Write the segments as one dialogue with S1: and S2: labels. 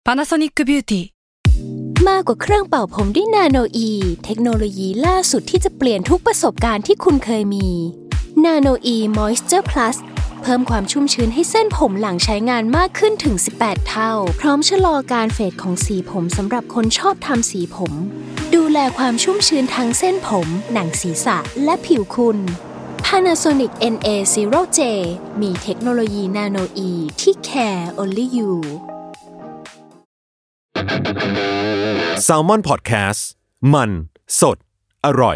S1: Panasonic Beauty
S2: มากกว่าเครื่องเป่าผมด้วยนาโนอีเทคโนโลยีล่าสุดที่จะเปลี่ยนทุกประสบการณ์ที่คุณเคยมีนาโนอีมอยส์เจอร์พลัสเพิ่มความชุ่มชื้นให้เส้นผมหลังใช้งานมากขึ้นถึง18เท่าพร้อมชะลอการเฟดของสีผมสำหรับคนชอบทำสีผมดูแลความชุ่มชื้นทั้งเส้นผมหนังศีรษะและผิวคุณ Panasonic NA0J มีเทคโนโลยีนาโนอีที่ care only you
S3: Salmon Podcast มันสดอร่อย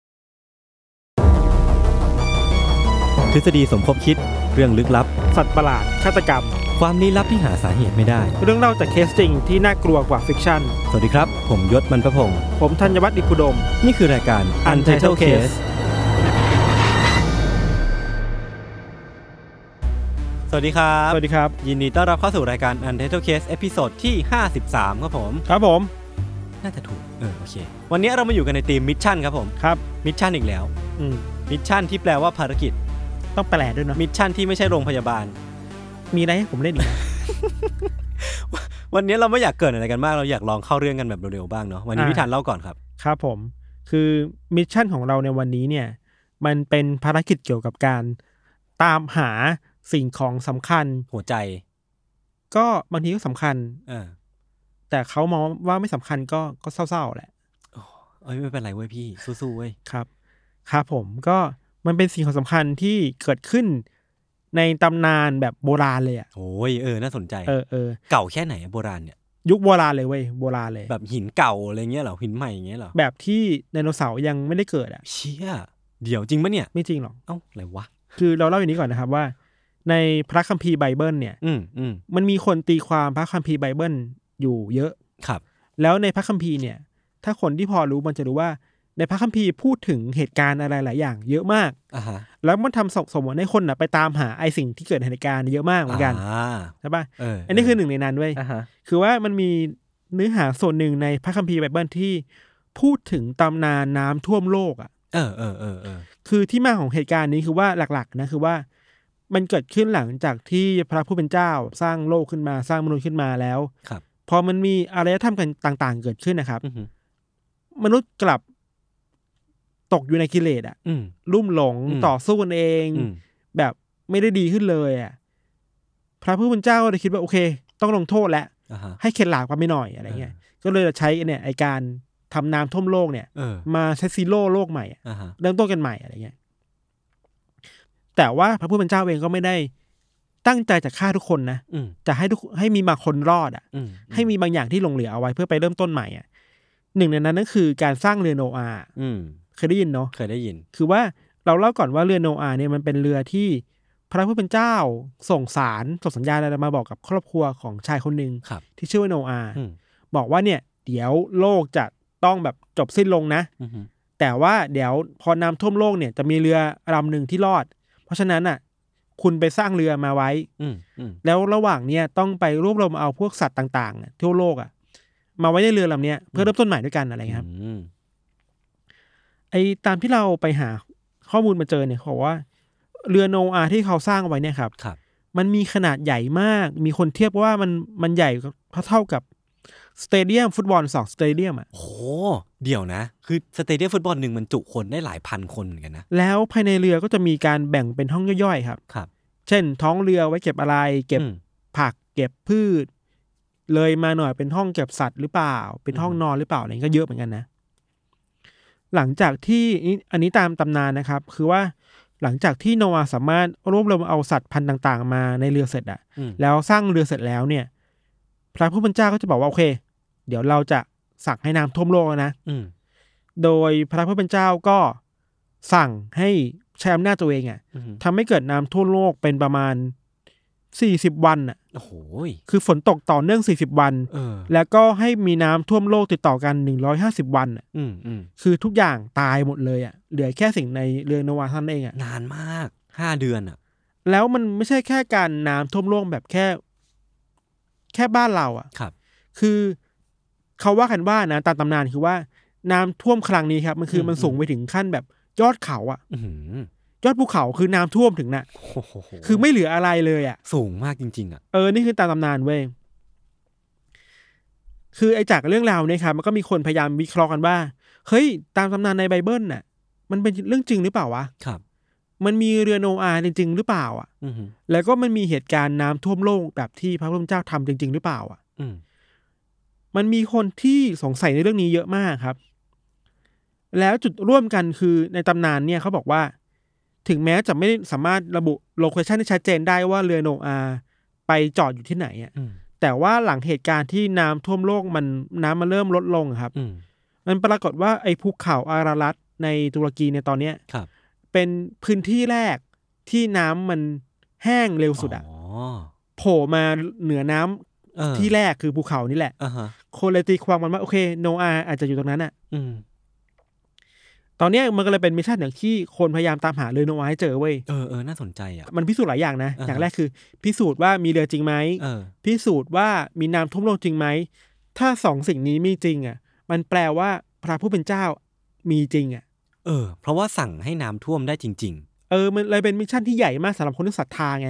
S4: ทฤษฎีสมคบคิดเรื่องลึกลับ
S5: สัตว์ประหลาดฆาตกรรม
S4: ความลี้ลับที่หาสาเหตุไม่ได้
S5: เรื่องเล่าจากเคสจริงที่น่ากลัวกว่าฟิกชั่น
S4: สวัสดีครับผมยศมันประพงษ์
S5: ผมธัญวัฒน์อิพุดม
S4: นี่คือรายการ Untitled Case สวัสดีครับ
S5: สวัสดีครับ
S4: ยินดีต้อนรับเข้าสู่รายการ Untitled Case เอพิโซดที่53ครับผม
S5: ครับผม
S4: น่าจะถูกโอเควันนี้เรามาอยู่กันในทีมมิชชั่นครับผม
S5: ครับ
S4: มิชชั่นอีกแล้วมิชชั่นที่แปลว่าภารกิจ
S5: ต้องแปลด้วยเนาะ
S4: มิชชั่นที่ไม่ใช่โรงพยาบาล
S5: มีอะไรให้ผมเล่นอีก
S4: วันนี้เราไม่อยากเกินอะไรกันมากเราอยากลองเข้าเรื่องกันแบบเร็วๆบ้างเนาะวันนี้พี่ธันเล่าก่อนครับ
S5: ครับผมคือมิชชั่นของเราในวันนี้เนี่ยมันเป็นภารกิจเกี่ยวกับการตามหาสิ่งของสำคัญ
S4: หัวใจ
S5: ก็บางทีก็สำคัญแต่เขามองว่าไม่สำคัญก็เศร้าๆแหละ
S4: ไม่เป็นไรเว้ยพี่สู้ๆเว้ย
S5: ครับครับผมก็มันเป็นสิ่งของสำคัญที่เกิดขึ้นในตำนานแบบโบราณเลยอ่ะ
S4: โอ้ยน่าสนใจ
S5: เก่า
S4: แค่ไหนโบราณเนี่ย
S5: ยุคโบราณเลยเว้ยโบราณเลย
S4: แบบหินเก่าอะไรเงี้ยเหรอหินใหม่อย่างเงี้ยเหรอ
S5: แบบที่ไดโนเสาร์ยังไม่ได้เกิดอ่ะ
S4: เชี่ยเดี๋ยวจริงปะเนี่ย
S5: ไม่จริงหรอก
S4: อะไรวะ
S5: คือเราเล่าอย่างนี้ก่อนนะครับว่าในพระคัมภีร์ไบเบิลเนี่ยมันมีคนตีความพระคัมภีร์ไบเบิลอยู่เยอะ
S4: ครับ
S5: แล้วในพระคัมภีร์เนี่ยถ้าคนที่พอรู้มันจะรู้ว่าในพระคัมภีร์พูดถึงเหตุการณ์อะไรหลายอย่างเยอะมากแล้วมันทำสมมติให้คนไปตามหาไอ้สิ่งที่เกิดในเหตุการณ์เยอะมากเหมือนกันใช่ป่ะอันนี้คือหนึ่งในนั้นด้วยคือว่ามันมีเนื้อหาส่วนหนึ่งในพระคัมภีร์ไบเบิลที่พูดถึงตำนานน้ำท่วมโลกอ่ะคือที่มาของเหตุการณ์นี้คือว่าหลักๆนะคือว่ามันเกิดขึ้นหลังจากที่พระผู้เป็นเจ้าสร้างโลกขึ้นมาสร้างมนุษย์ขึ้นมาแล้วพอมันมีอารยธรรมกันต่างๆเกิดขึ้นนะครับมนุษย์กลับตกอยู่ในกิเลสอ่ะลุ่มหลงต่อสู้กันเองแบบไม่ได้ดีขึ้นเลยอ่ะพระผู้เป็นเจ้าก็เลยคิดว่าโอเคต้องลงโทษแล้วให้เข็ดหลาบกันไปหน่อยอะไรเงี้ยก็เลยใช้เนี่ยไอการทำน้ำท่วมโลกเนี่ยมาเซตซีโร่โลกใหม่เริ่มต้นกันใหม่อะไรเงี้ยแต่ว่าพระผู้เป็นเจ้าเองก็ไม่ได้ตั้งใจจะฆ่าทุกคนนะจะให้มีบางคนรอดอ่ะให้มีบางอย่างที่หลงเหลือเอาไว้เพื่อไปเริ่มต้นใหม่อ่ะหนึ่งในนั้นก็คือการสร้างเรือโนอาห์เคยได้ยินเนาะ
S4: เคยได้ยิน
S5: คือว่าเราเล่าก่อนว่าเรือโนอาห์เนี่ยมันเป็นเรือที่พระผู้เป็นเจ้าส่งสัญญาณอะไรมาบอกกับครอบครัวของชายคนหนึ่งที่ชื่อว่าโนอาห์บอกว่าเนี่ยเดี๋ยวโลกจะต้องแบบจบสิ้นลงนะแต่ว่าเดี๋ยวพอน้ำท่วมโลกเนี่ยจะมีเรือลำหนึ่งที่รอดเพราะฉะนั้นอ่ะคุณไปสร้างเรือมาไว้แล้วระหว่างเนี้ยต้องไปรวบรวมเอาพวกสัตว์ต่างๆทั่วโลกอ่ะมาไว้ในเรือลำเนี้ยเพื่อเริ่มต้นใหม่ด้วยกันอะไรครับไอ้ตามที่เราไปหาข้อมูลมาเจอเนี่ยเขาบอกว่าเรือโนอาห์ที่เขาสร้างไว้เนี่ยครับมันมีขนาดใหญ่มากมีคนเทียบว่ามันใหญ่เท่ากับสเตเดียมฟุตบอล2สเตเดียมอ่ะ
S4: โอ้เดี๋ยวนะคือสเตเดียมฟุตบอลนึงมันจุคนได้หลายพันคนเหมือนกันนะ
S5: แล้วภายในเรือก็จะมีการแบ่งเป็นห้องย่อยๆครับเช่นท้องเรือไว้เก็บอะไรเก็บผักเก็บพืชเลยมาหน่อยเป็นห้องเก็บสัตว์หรือเปล่าเป็นห้องนอนหรือเปล่าอะไรก็เยอะเหมือนกันนะหลังจากที่อันนี้ตามตำนานนะครับคือว่าหลังจากที่โนอาห์สามารถรวบรวมเอาสัตว์พันธุ์ต่างๆมาในเรือเสร็จอ่ะแล้วสร้างเรือเสร็จแล้วเนี่ยพระผู้เป็นเจ้าก็จะบอกว่าโอเคเดี๋ยวเราจะสั่งให้น้ำท่วมโลกนะโดยพระผู้เป็นเจ้าก็สั่งให้ใช้อำนาจตัวเองอ่ะทำให้เกิดน้ำท่วมโลกเป็นประมาณ40วันอ่ะ
S4: โอ้โห
S5: คือฝนตกต่อเนื่อง40วันแล้วก็ให้มีน้ำท่วมโลกติดต่อกัน150วันอ่ะคือทุกอย่างตายหมดเลยอ่ะเหลือแค่สิ่งในเรือโนอาห์ท่านเองอ่ะ
S4: นานมาก5เดือนอ่ะ
S5: แล้วมันไม่ใช่แค่การน้ำท่วมโลกแบบแค่บ้านเราอ่ะคือเขาว่ากันว่านะตามตำนานคือว่าน้ำท่วมครั้งนี้ครับมันคือมันสูงไปถึงขั้นแบบยอดเขาอ่ะยอดภูเขาคือน้ำท่วมถึงน่ะคือไม่เหลืออะไรเลยอ่ะ
S4: สูงมากจริงๆอ่ะ
S5: นี่คือตามตำนานเว้ยคือไอ้จากเรื่องราวเนี่ยครับมันก็มีคนพยายามวิเคราะห์กันว่าเฮ้ยตามตำนานในไบเบิลน่ะมันเป็นเรื่องจริงหรือเปล่าวะ
S4: ครับ
S5: มันมีเรือโนอาห์จริงๆหรือเปล่าอ่ะแล้วก็มันมีเหตุการณ์น้ำท่วมโลกแบบที่พระพุทธเจ้าทำจริงๆหรือเปล่าอ่ะมันมีคนที่สงสัยในเรื่องนี้เยอะมากครับแล้วจุดร่วมกันคือในตำนานเนี่ยเขาบอกว่าถึงแม้จะไม่สามารถระบุโลเคชั่นที่ชัดเจนได้ว่าเรือโนอาห์ไปจอดอยู่ที่ไหนอ่ะแต่ว่าหลังเหตุการณ์ที่น้ำท่วมโลกน้ำมันเริ่มลดลงครับมันปรากฏว่าไอ้ภูเขาอารารัตในตุรกีในตอนเนี้ยเป็นพื้นที่แรกที่น้ำมันแห้งเร็วสุดอ่ะโผล่มาเหนือน้ำที่แรกคือภูเขานี่แหละคนเลยตีความกันว่าโอเคโนอาห์อาจจะอยู่ตรงนั้นอ่ะตอนนี้มันก็เลยเป็นมิชชั่นอย่างที่คนพยายามตามหาเรือโนอาห์ให้เจอเว้ย
S4: น่าสนใจอ่ะ
S5: มันพิสูจน์หลายอย่างนะอย่างแรกคือพิสูจน์ว่ามีเรือจริงไหมพิสูจน์ว่ามีน้ำท่วมโลกจริงไหมถ้าสองสิ่งนี้มีจริงอ่ะมันแปลว่าพระผู้เป็นเจ้ามีจริงอ่ะ
S4: เพราะว่าสั่งให้น้ำท่วมได้จริง
S5: ๆมันเลยเป็นมิชชั่นที่ใหญ่มากสำหรับคนที่ศรัทธาไง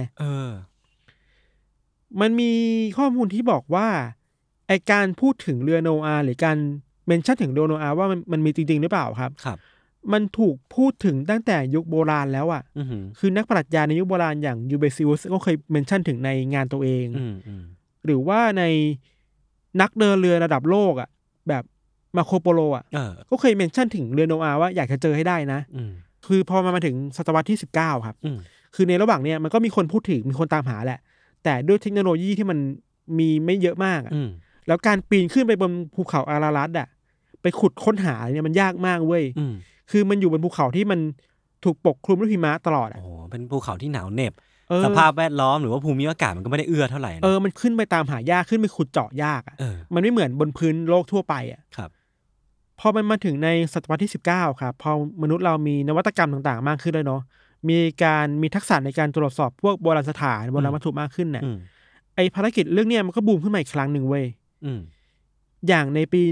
S5: มันมีข้อมูลที่บอกว่าไอการพูดถึงเรือโนอาห์หรือการเมนชั่นถึงเรือโนอาห์ว่ามันมีจริงๆหรือเปล่าครับมันถูกพูดถึงตั้งแต่ยุคโบราณแล้วอ่ะคือนักปรัชญาในยุคโบราณอย่างยูเบซิอุสก็เคยเมนชั่นถึงในงานตัวเองหรือว่าในนักเดินเรือระดับโลกอ่ะแบบมาโคโปโลอ่ะก็เคยเมนชั่นถึงเรือโนอาห์ว่าอยากจะเจอให้ได้นะคือพอมาถึงศตวรรษที่19ครับคือในระหว่างเนี้ยมันก็มีคนพูดถึงมีคนตามหาแหละแต่ด้วยเทคโนโลยีที่มันมีไม่เยอะมากอ่ะแล้วการปีนขึ้นไปบนภูเขาอารารัตอ่ะไปขุดค้นหาเนี่ยมันยากมากเว้ยคือมันอยู่บนภูเขาที่มันถูกปกคลุมด้วยหิมะตลอดอ่ะ
S4: เป็นภูเขาที่หนาวเหน็บสภาพแวดล้อมหรือว่าภูมิอากาศมันก็ไม่ได้เอื้อเท่าไหร่
S5: มันขึ้นไปตามหายากขึ้นไปขุดเจาะยากอ่ะมันไม่เหมือนบนพื้นโลกทั่วไปอ่ะ
S4: ครับ
S5: พอมันมาถึงในศตวรรษที่19ครับพอมนุษย์เรามีนวัตกรรมต่างๆมากขึ้นเลยเนาะมีทักษะในการตรวจสอบพวกโบราณสถานโบราณวัตถุมากขึ้นน่ะไอภารกิจเรื่องเนี้ยมันก็บูมขึ้นมาอีกครั้งนึงเว้ยอย่างในปี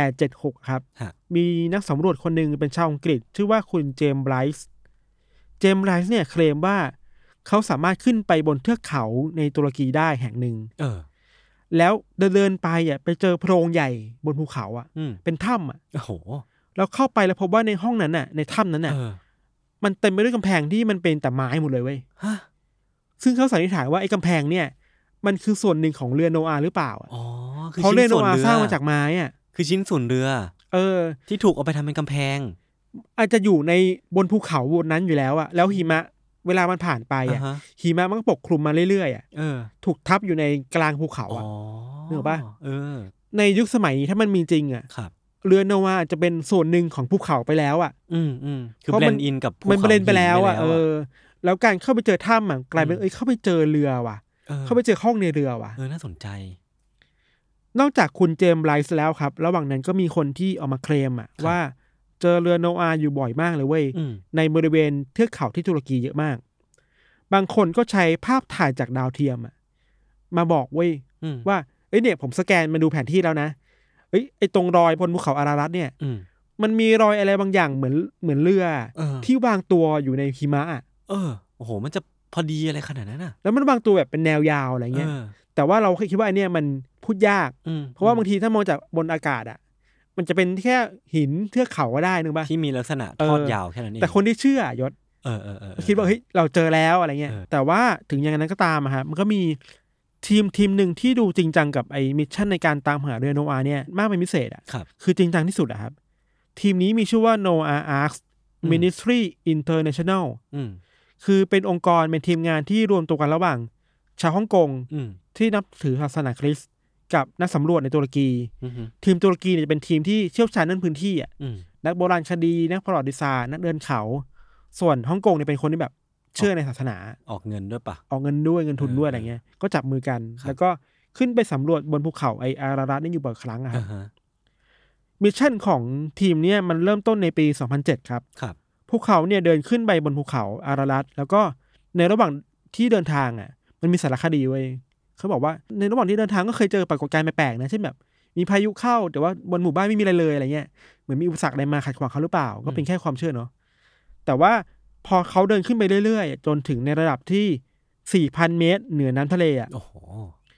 S5: 1876ครับมีนักสำรวจคนหนึ่งเป็นชาวอังกฤษชื่อว่าคุณเจมส์ไบรซ์เนี่ยเคลมว่าเขาสามารถขึ้นไปบนเทือกเขาในตุรกีได้แห่งหนึ่งแล้วเดินไปไปเจอโพรงใหญ่บนภูเขาเป็นถ้ำ
S4: โอ้โห
S5: แล้วเข้าไปแล้วพบว่าในห้องนั้นในถ้ำนั้นมันเต็มไปด้วยกำแพงที่มันเป็นแต่ไม้หมดเลยเว้ยซึ่งเขาสันนิษฐานว่าไอ้กำแพงเนี่ยมันคือส่วนหนึ่งของเรือโนอาห์หรือเปล่าเพราะเรือโนอาห์สร้างมาจากไม้
S4: คือชิ้นส่วนเรือที่ถูกเอาไปทำเป็นกำแพง
S5: อาจจะอยู่ในบนภูเขาบนนั้นอยู่แล้วแล้วหิมะเวลามันผ่านไปหิมะมันก็ปกคลุมมาเรื่อยๆถูกทับอยู่ในกลางภูเขานึกออกป่ะในยุคสมัยนี้ถ้ามันมีจริงเรือโนอาห์จะเป็นส่วนหนึ่งของภูเขาไปแล้ว
S4: คือเบลนด์อินกับภูเขา
S5: มันเบลนด์ไปแล้วแล้วการเข้าไปเจอถ้ำกลายเป็นเข้าไปเจอเรือว่ะเข้าไปเจอห้องในเรือว่ะ
S4: น่าสนใจ
S5: นอกจากคุณเจมส์ไบรซ์แล้วครับระหว่างนั้นก็มีคนที่ออกมาเคลมว่าเจอเรือโนอาห์อยู่บ่อยมากเลยเว้ยในบริเวณเทือกเขาที่ตุรกีเยอะมากบางคนก็ใช้ภาพถ่ายจากดาวเทียมมาบอกเว้ยว่าเนี่ยผมสแกนมาดูแผนที่แล้วนะไอ้ตรงรอยบนภูเขาอารารัตเนี่ยมันมีรอยอะไรบางอย่างเหมือนเรือที่วางตัวอยู่ในหิมะ
S4: โอ้โหมันจะพอดีอะไรขนาดนั้น
S5: แล้วมันวางตัวแบบเป็นแนวยาวอะไรเงี้ยแต่ว่าเราคิดว่าไอ้เนี่ยมันพูดยากเพราะว่าบางทีถ้ามองจากบนอากาศมันจะเป็นแค่หินเทือกเขาก็ได้นึกป่ะ
S4: ที่มีลักษณะทอดยาวแค่นั้นเอง
S5: แต่คนที่เชื่อยศคิดว่าเฮ้ยเราเจอแล้วอะไรเงี้ยแต่ว่าถึงอย่างนั้นก็ตามครับมันก็มีทีมหนึ่งที่ดูจริงจังกับไอ้มิชชั่นในการตามหาเรือโนอาห์เนี่ยมากเป็นพิเศษคือจริงจังที่สุดครับทีมนี้มีชื่อว่า Noah Ark Ministry International คือเป็นองค์กรเป็นทีมงานที่รวมตัวกันระหว่างชาวฮ่องกงที่นับถือศาสนาคริสต์กับนักสำรวจในตุรกีทีมตุรกีเนี่ยจะเป็นทีมที่เชี่ยวชาญด้านพื้นที่นักโบราณคดีนักประวัติศาสตร์นักเดินเขาส่วนฮ่องกงเนี่ยเป็นคนที่แบบเชื่อในศาสนา
S4: ออกเงินด้วยปะ
S5: ออกเงินด้วยเงินทุนด้วยอะไรเงี้ยก็จับมือกันแล้วก็ขึ้นไปสำรวจบนภูเขาไออารารัตนี่อยู่บ่อยครั้งครับมิชชั่นของทีมเนี่ยมันเริ่มต้นในปี2007ครับพวกเขาเนี่ยเดินขึ้นไปบนภูเขาอารารัตแล้วก็ในระหว่างที่เดินทางมันมีสารคดีไว้เขาบอกว่าในระหว่างที่เดินทางก็เคยเจอปรากฏการณ์แปลกๆนะเช่นแบบมีพายุเข้าแต่ว่าบนหมู่บ้านไม่มีอะไรเลยอะไรเงี้ยเหมือนมีอุปสรรคอะไรมาขัดขวางเขาหรือเปล่าก็เป็นแค่ความเชื่อเนาะแต่ว่าพอเขาเดินขึ้นไปเรื่อยๆจนถึงในระดับที่ 4,000 เมตรเหนือน้ำทะเล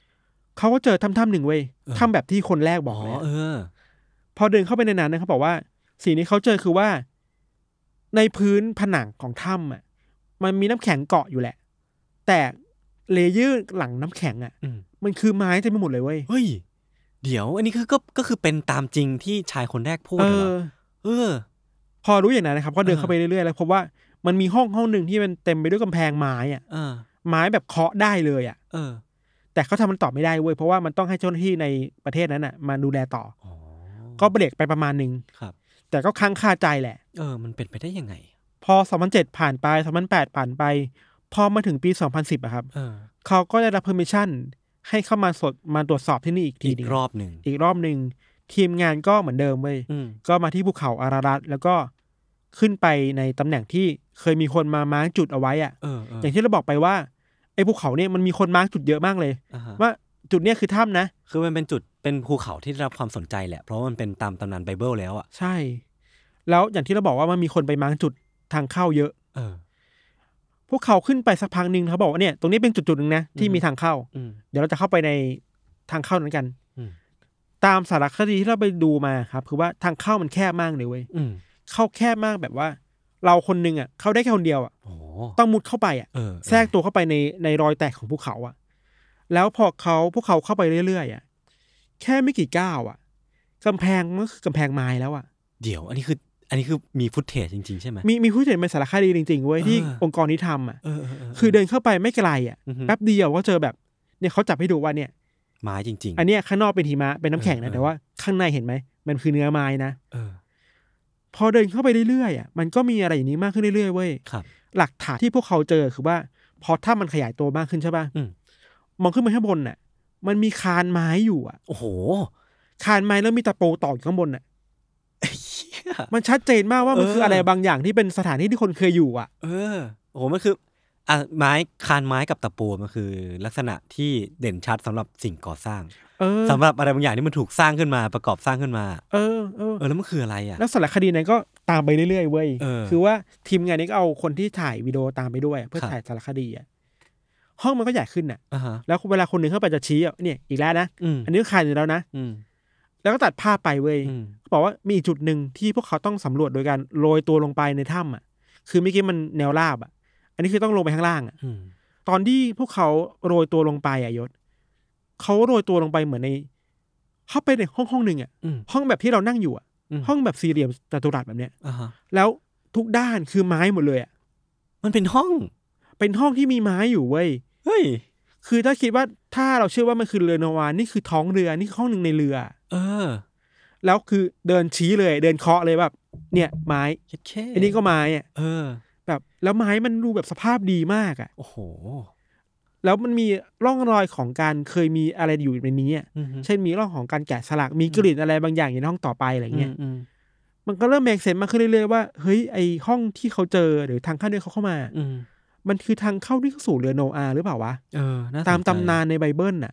S5: เขาก็เจอถ้ำหนึ่งเว้ยถ้ำแบบที่คนแรกบอกเลยพอเดินเข้าไปในนั้นนะเขาบอกว่าสิ่งที่เขาเจอคือว่าในพื้นผนังของถ้ำอ่ะมันมีน้ำแข็งเกาะอยู่แหละแต่เลเยอร์หลังน้ำแข็งอ่ะมันคือไม้เต็มไปหมดเลยเว้ย
S4: เฮ้ยเดี๋ยวอันนี้คือก็คือเป็นตามจริงที่ชายคนแรกพูดเหรอ
S5: พอรู้อย่างนั้นนะครับก็เดินเข้าไปเรื่อยๆแล้วพบว่ามันมีห้องหนึ่งที่มันเต็มไปด้วยกำแพงไม้อ่ะไม้แบบเคาะได้เลยอ่ะแต่เขาทำมันตอบไม่ได้เว้ยเพราะว่ามันต้องให้เจ้าหน้าที่ในประเทศนั้นอ่ะมาดูแลต่อก็เบรกไปประมาณนึงแต่ก็ค้างคาใจแหละ
S4: มันเป็นไปได้ยังไง
S5: พอ2007ผ่านไป2008ผ่านไปพอมาถึงปี2010อะครับเขาก็ได้รับ permission ให้เข้ามาตรวจสอบที่นี่อีกที
S4: อีกรอบห
S5: นึ่งทีมงานก็เหมือนเดิมเว้ยก็มาที่ภูเขาอารารัตแล้วก็ขึ้นไปในตำแหน่งที่เคยมีคนมามาร์คจุดเอาไว้อะอย่างที่เราบอกไปว่าไอ้ภูเขาเนี่ยมันมีคนมาร์คจุดเยอะมากเลยว่าจุดเนี้ยคือถ้ำนะ
S4: คือมันเป็นจุดเป็นภูเขาที่ได้รับความสนใจแหละเพราะมันเป็นตามตำนานไบเบิลแล้วอ่ะ
S5: ใช่แล้วอย่างที่เราบอกว่ามันมีคนไปมาร์คจุดทางเข้าเยอะพวกเขาขึ้นไปสักพักนึงเขาบอกว่าเนี่ยตรงนี้เป็นจุดนึงนะที่มีทางเข้าเดี๋ยวเราจะเข้าไปในทางเข้านั้นกันตามสารคดีที่เราไปดูมาครับคือว่าทางเข้ามันแคบมากเลยเว้ยเข้าแคบมากแบบว่าเราคนนึงอ่ะเข้าได้แค่คนเดียวอ่ะต้องมุดเข้าไปอ่ะแทรกตัวเข้าไปในรอยแตกของภูเขาอ่ะแล้วพวกเขาเข้าไปเรื่อยๆอ่ะแค่ไม่กี่ก้าวอ่ะกำแพงมันคือกำแพงไม้แล้วอ่ะ
S4: เดี๋ยวอันนี้คือมีฟุตเทจจริงๆใช่ไหม
S5: มีฟุตเทจเป็นสารคดีจริงๆเว้ยที่องค์กรนี้ทำอ่ะคือเดินเข้าไปไม่ไกลอ่ะแป๊บเดียวก็เจอแบบเนี่ยเขาจับให้ดูว่าเนี่ย
S4: ไม้จริง
S5: ๆอันเนี้ยข้างนอกเป็นหิมะเป็นน้ำแข็งนะแต่ว่าข้างในเห็นไหมมันคือเนื้อไม้นะพอเดินเข้าไปเรื่อยๆอ่ะมันก็มีอะไรอย่างนี้มากขึ้นเรื่อยๆเว้ยหลักฐานที่พวกเขาเจอคือว่าพอถ้ามันขยายตัวมากขึ้นใช่ป่ะมองขึ้นไปข้างบนน่ะมันมีคานไม้อยู่อ่ะ
S4: โอ้โห
S5: คานไม้แล้วมีตะปูตอกอยู่ข้างบนน่ะมันชัดเจนมากว่ามันคืออะไรบางอย่างที่เป็นสถานที่ที่คนเคยอยู่อ่ะ
S4: โอ้โหมันคือคานไม้กับตะปูมันคือลักษณะที่เด่นชัดสำหรับสิ่งก่อสร้างสำหรับอะไรบางอย่างที่มันถูกสร้างขึ้นมาประกอบสร้างขึ้นมาแล้วมันคืออะไรอ่ะ
S5: แล้วสารคดีนั้นก็ตามไปเรื่อยๆเว้ยคือว่าทีมงานนี้ก็เอาคนที่ถ่ายวิดีโอตามไปด้วยเพื่อถ่ายสารคดีอ่ะห้องมันก็ใหญ่ขึ้นน่ะแล้วเวลาคนหนึ่งเข้าไปจะชี้เนี่ยอีกแล้วนะอันนี้ก็คานอยู่แล้วนะแล้วก็ตัดภาพไปเว้ยบอกว่ามีจุดหนึ่งที่พวกเขาต้องสำรวจโดยการโรยตัวลงไปในถ้ำอ่ะคือเมื่อกี้มันแนวราบอ่ะอันนี้คือต้องลงไปข้างล่างอ่ะตอนที่พวกเขาโรยตัวลงไปอ่ะยศเขาโรยตัวลงไปเหมือนในเข้าไปในห้องหนึ่งอ่ะห้องแบบที่เรานั่งอยู่อ่ะห้องแบบสี่เหลี่ยมจัตุรัสแบบเนี้ยแล้วทุกด้านคือไม้หมดเลยอ่ะ
S4: มันเป็นห้อง
S5: ที่มีไม้อยู่เว้ย
S4: เฮ้ย
S5: คือถ้าคิดว่าถ้าเราเชื่อว่ามันคือเรือโนวานี่คือท้องเรือนี่คือห้องหนึ่งในเรือแล้วคือเดินชี้เลยเดินเคาะเลยแบบเนี่ยไม้อันนี้ก็ไม้อ่ะแบบแล้วไม้มันดูแบบสภาพดีมากอ่ะ
S4: โอ้โห
S5: แล้วมันมีร่องรอยของการเคยมีอะไรอยู่ในนี้อ่ะเช่นมีร่องของการแกะสลักมีกลิ่นอะไรบางอย่างอยู่ในห้องต่อไปอะไรเงี้ยมันก็เริ่มเมคเซนส์มากขึ้นเรื่อยๆว่าเฮ้ยไอห้องที่เขาเจอหรือทางเข้าที่เขาเข้ามามันคือทางเข้าที่เข้าสู่เรือโนอาห์หรือเปล่าวะตามตำนานในไบเบิลน่ะ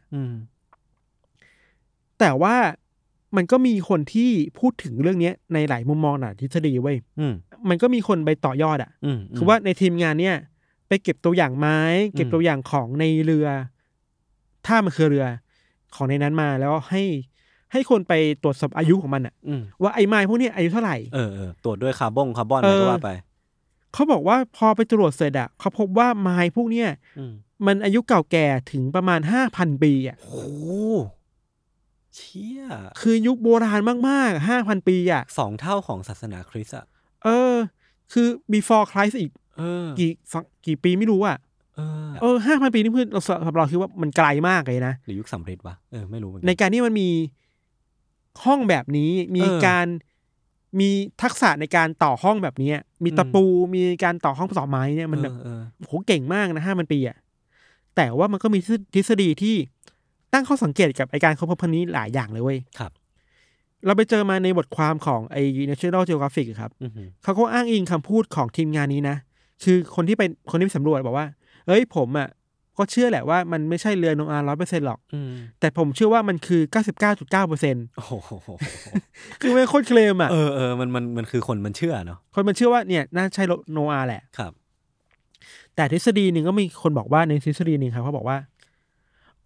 S5: แต่ว่ามันก็มีคนที่พูดถึงเรื่องนี้ในหลายมุมมองทฤษฎีเว้ยมันก็มีคนไปต่อยอดอ่ะคือว่าในทีมงานเนี่ยไปเก็บตัวอย่างไม้เก็บตัวอย่างของในเรือถ้ามันคือเรือของในนั้นมาแล้วให้คนไปตรวจสอบอายุของมันอ่ะว่าไอ้ไม้พวกนี้อายุเท่าไหร่
S4: ตรวจด้วยคาร์บอนอะไรก็ว่าไป
S5: เขาบอกว่าพอไปตรวจเสร็จอะเขาพบว่าไม้พวกเนี้ยมันอายุเก่าแก่ถึงประมาณ 5,000 ปีอ่ะ
S4: โอ้เชี่ย
S5: คือยุคโบราณมากๆ 5,000 ปีอ่ะ
S4: 2 เท่าของศาสนาคริสต์อ่ะ
S5: คือ before Christ อีกกี่ปีไม่รู้อ่ะ5,000 ปีนี่คือเราสำหรับเราคิดว่ามันไกลมากเลยนะ
S4: หรือยุคสำริดวะไม่รู้เหมือนกัน
S5: ในการที่มันมีห้องแบบนี้มีทักษะในการต่อห้องแบบนี้มีตะปูมีการต่อห้องต่อไม้เนี่ยมันแบบโหเก่งมากนะ5,000 ปีอ่ะแต่ว่ามันก็มีทฤษฎีที่ตั้งข้อสังเกตกับไอการค้นพบนี้หลายอย่างเลยเว้ย
S4: ครับ
S5: เราไปเจอมาในบทความของไอ National Geographic ครับเขาก็อ้างอิงคำพูดของทีมงานนี้นะคือคนที่ไปสำรวจบอกว่าเอ้ยผมอ่ะก็เชื่อแหละว่ามันไม่ใช่เรือโนอาห์ 100% หรอกแต่ผมเชื่อว่ามันคือ 99.9%
S4: โอ้โห
S5: คือไม่โคตรเคลมอ่ะ
S4: มันคือคนมันเชื่อเนาะ
S5: คนมันเชื่อว่าเนี่ยน่าใช่โนอาห์แหละ
S4: ครับ
S5: แต่ทฤษฎีหนึ่งก็มีคนบอกว่าในทฤษฎีหนึ่งครับเขาบอกว่า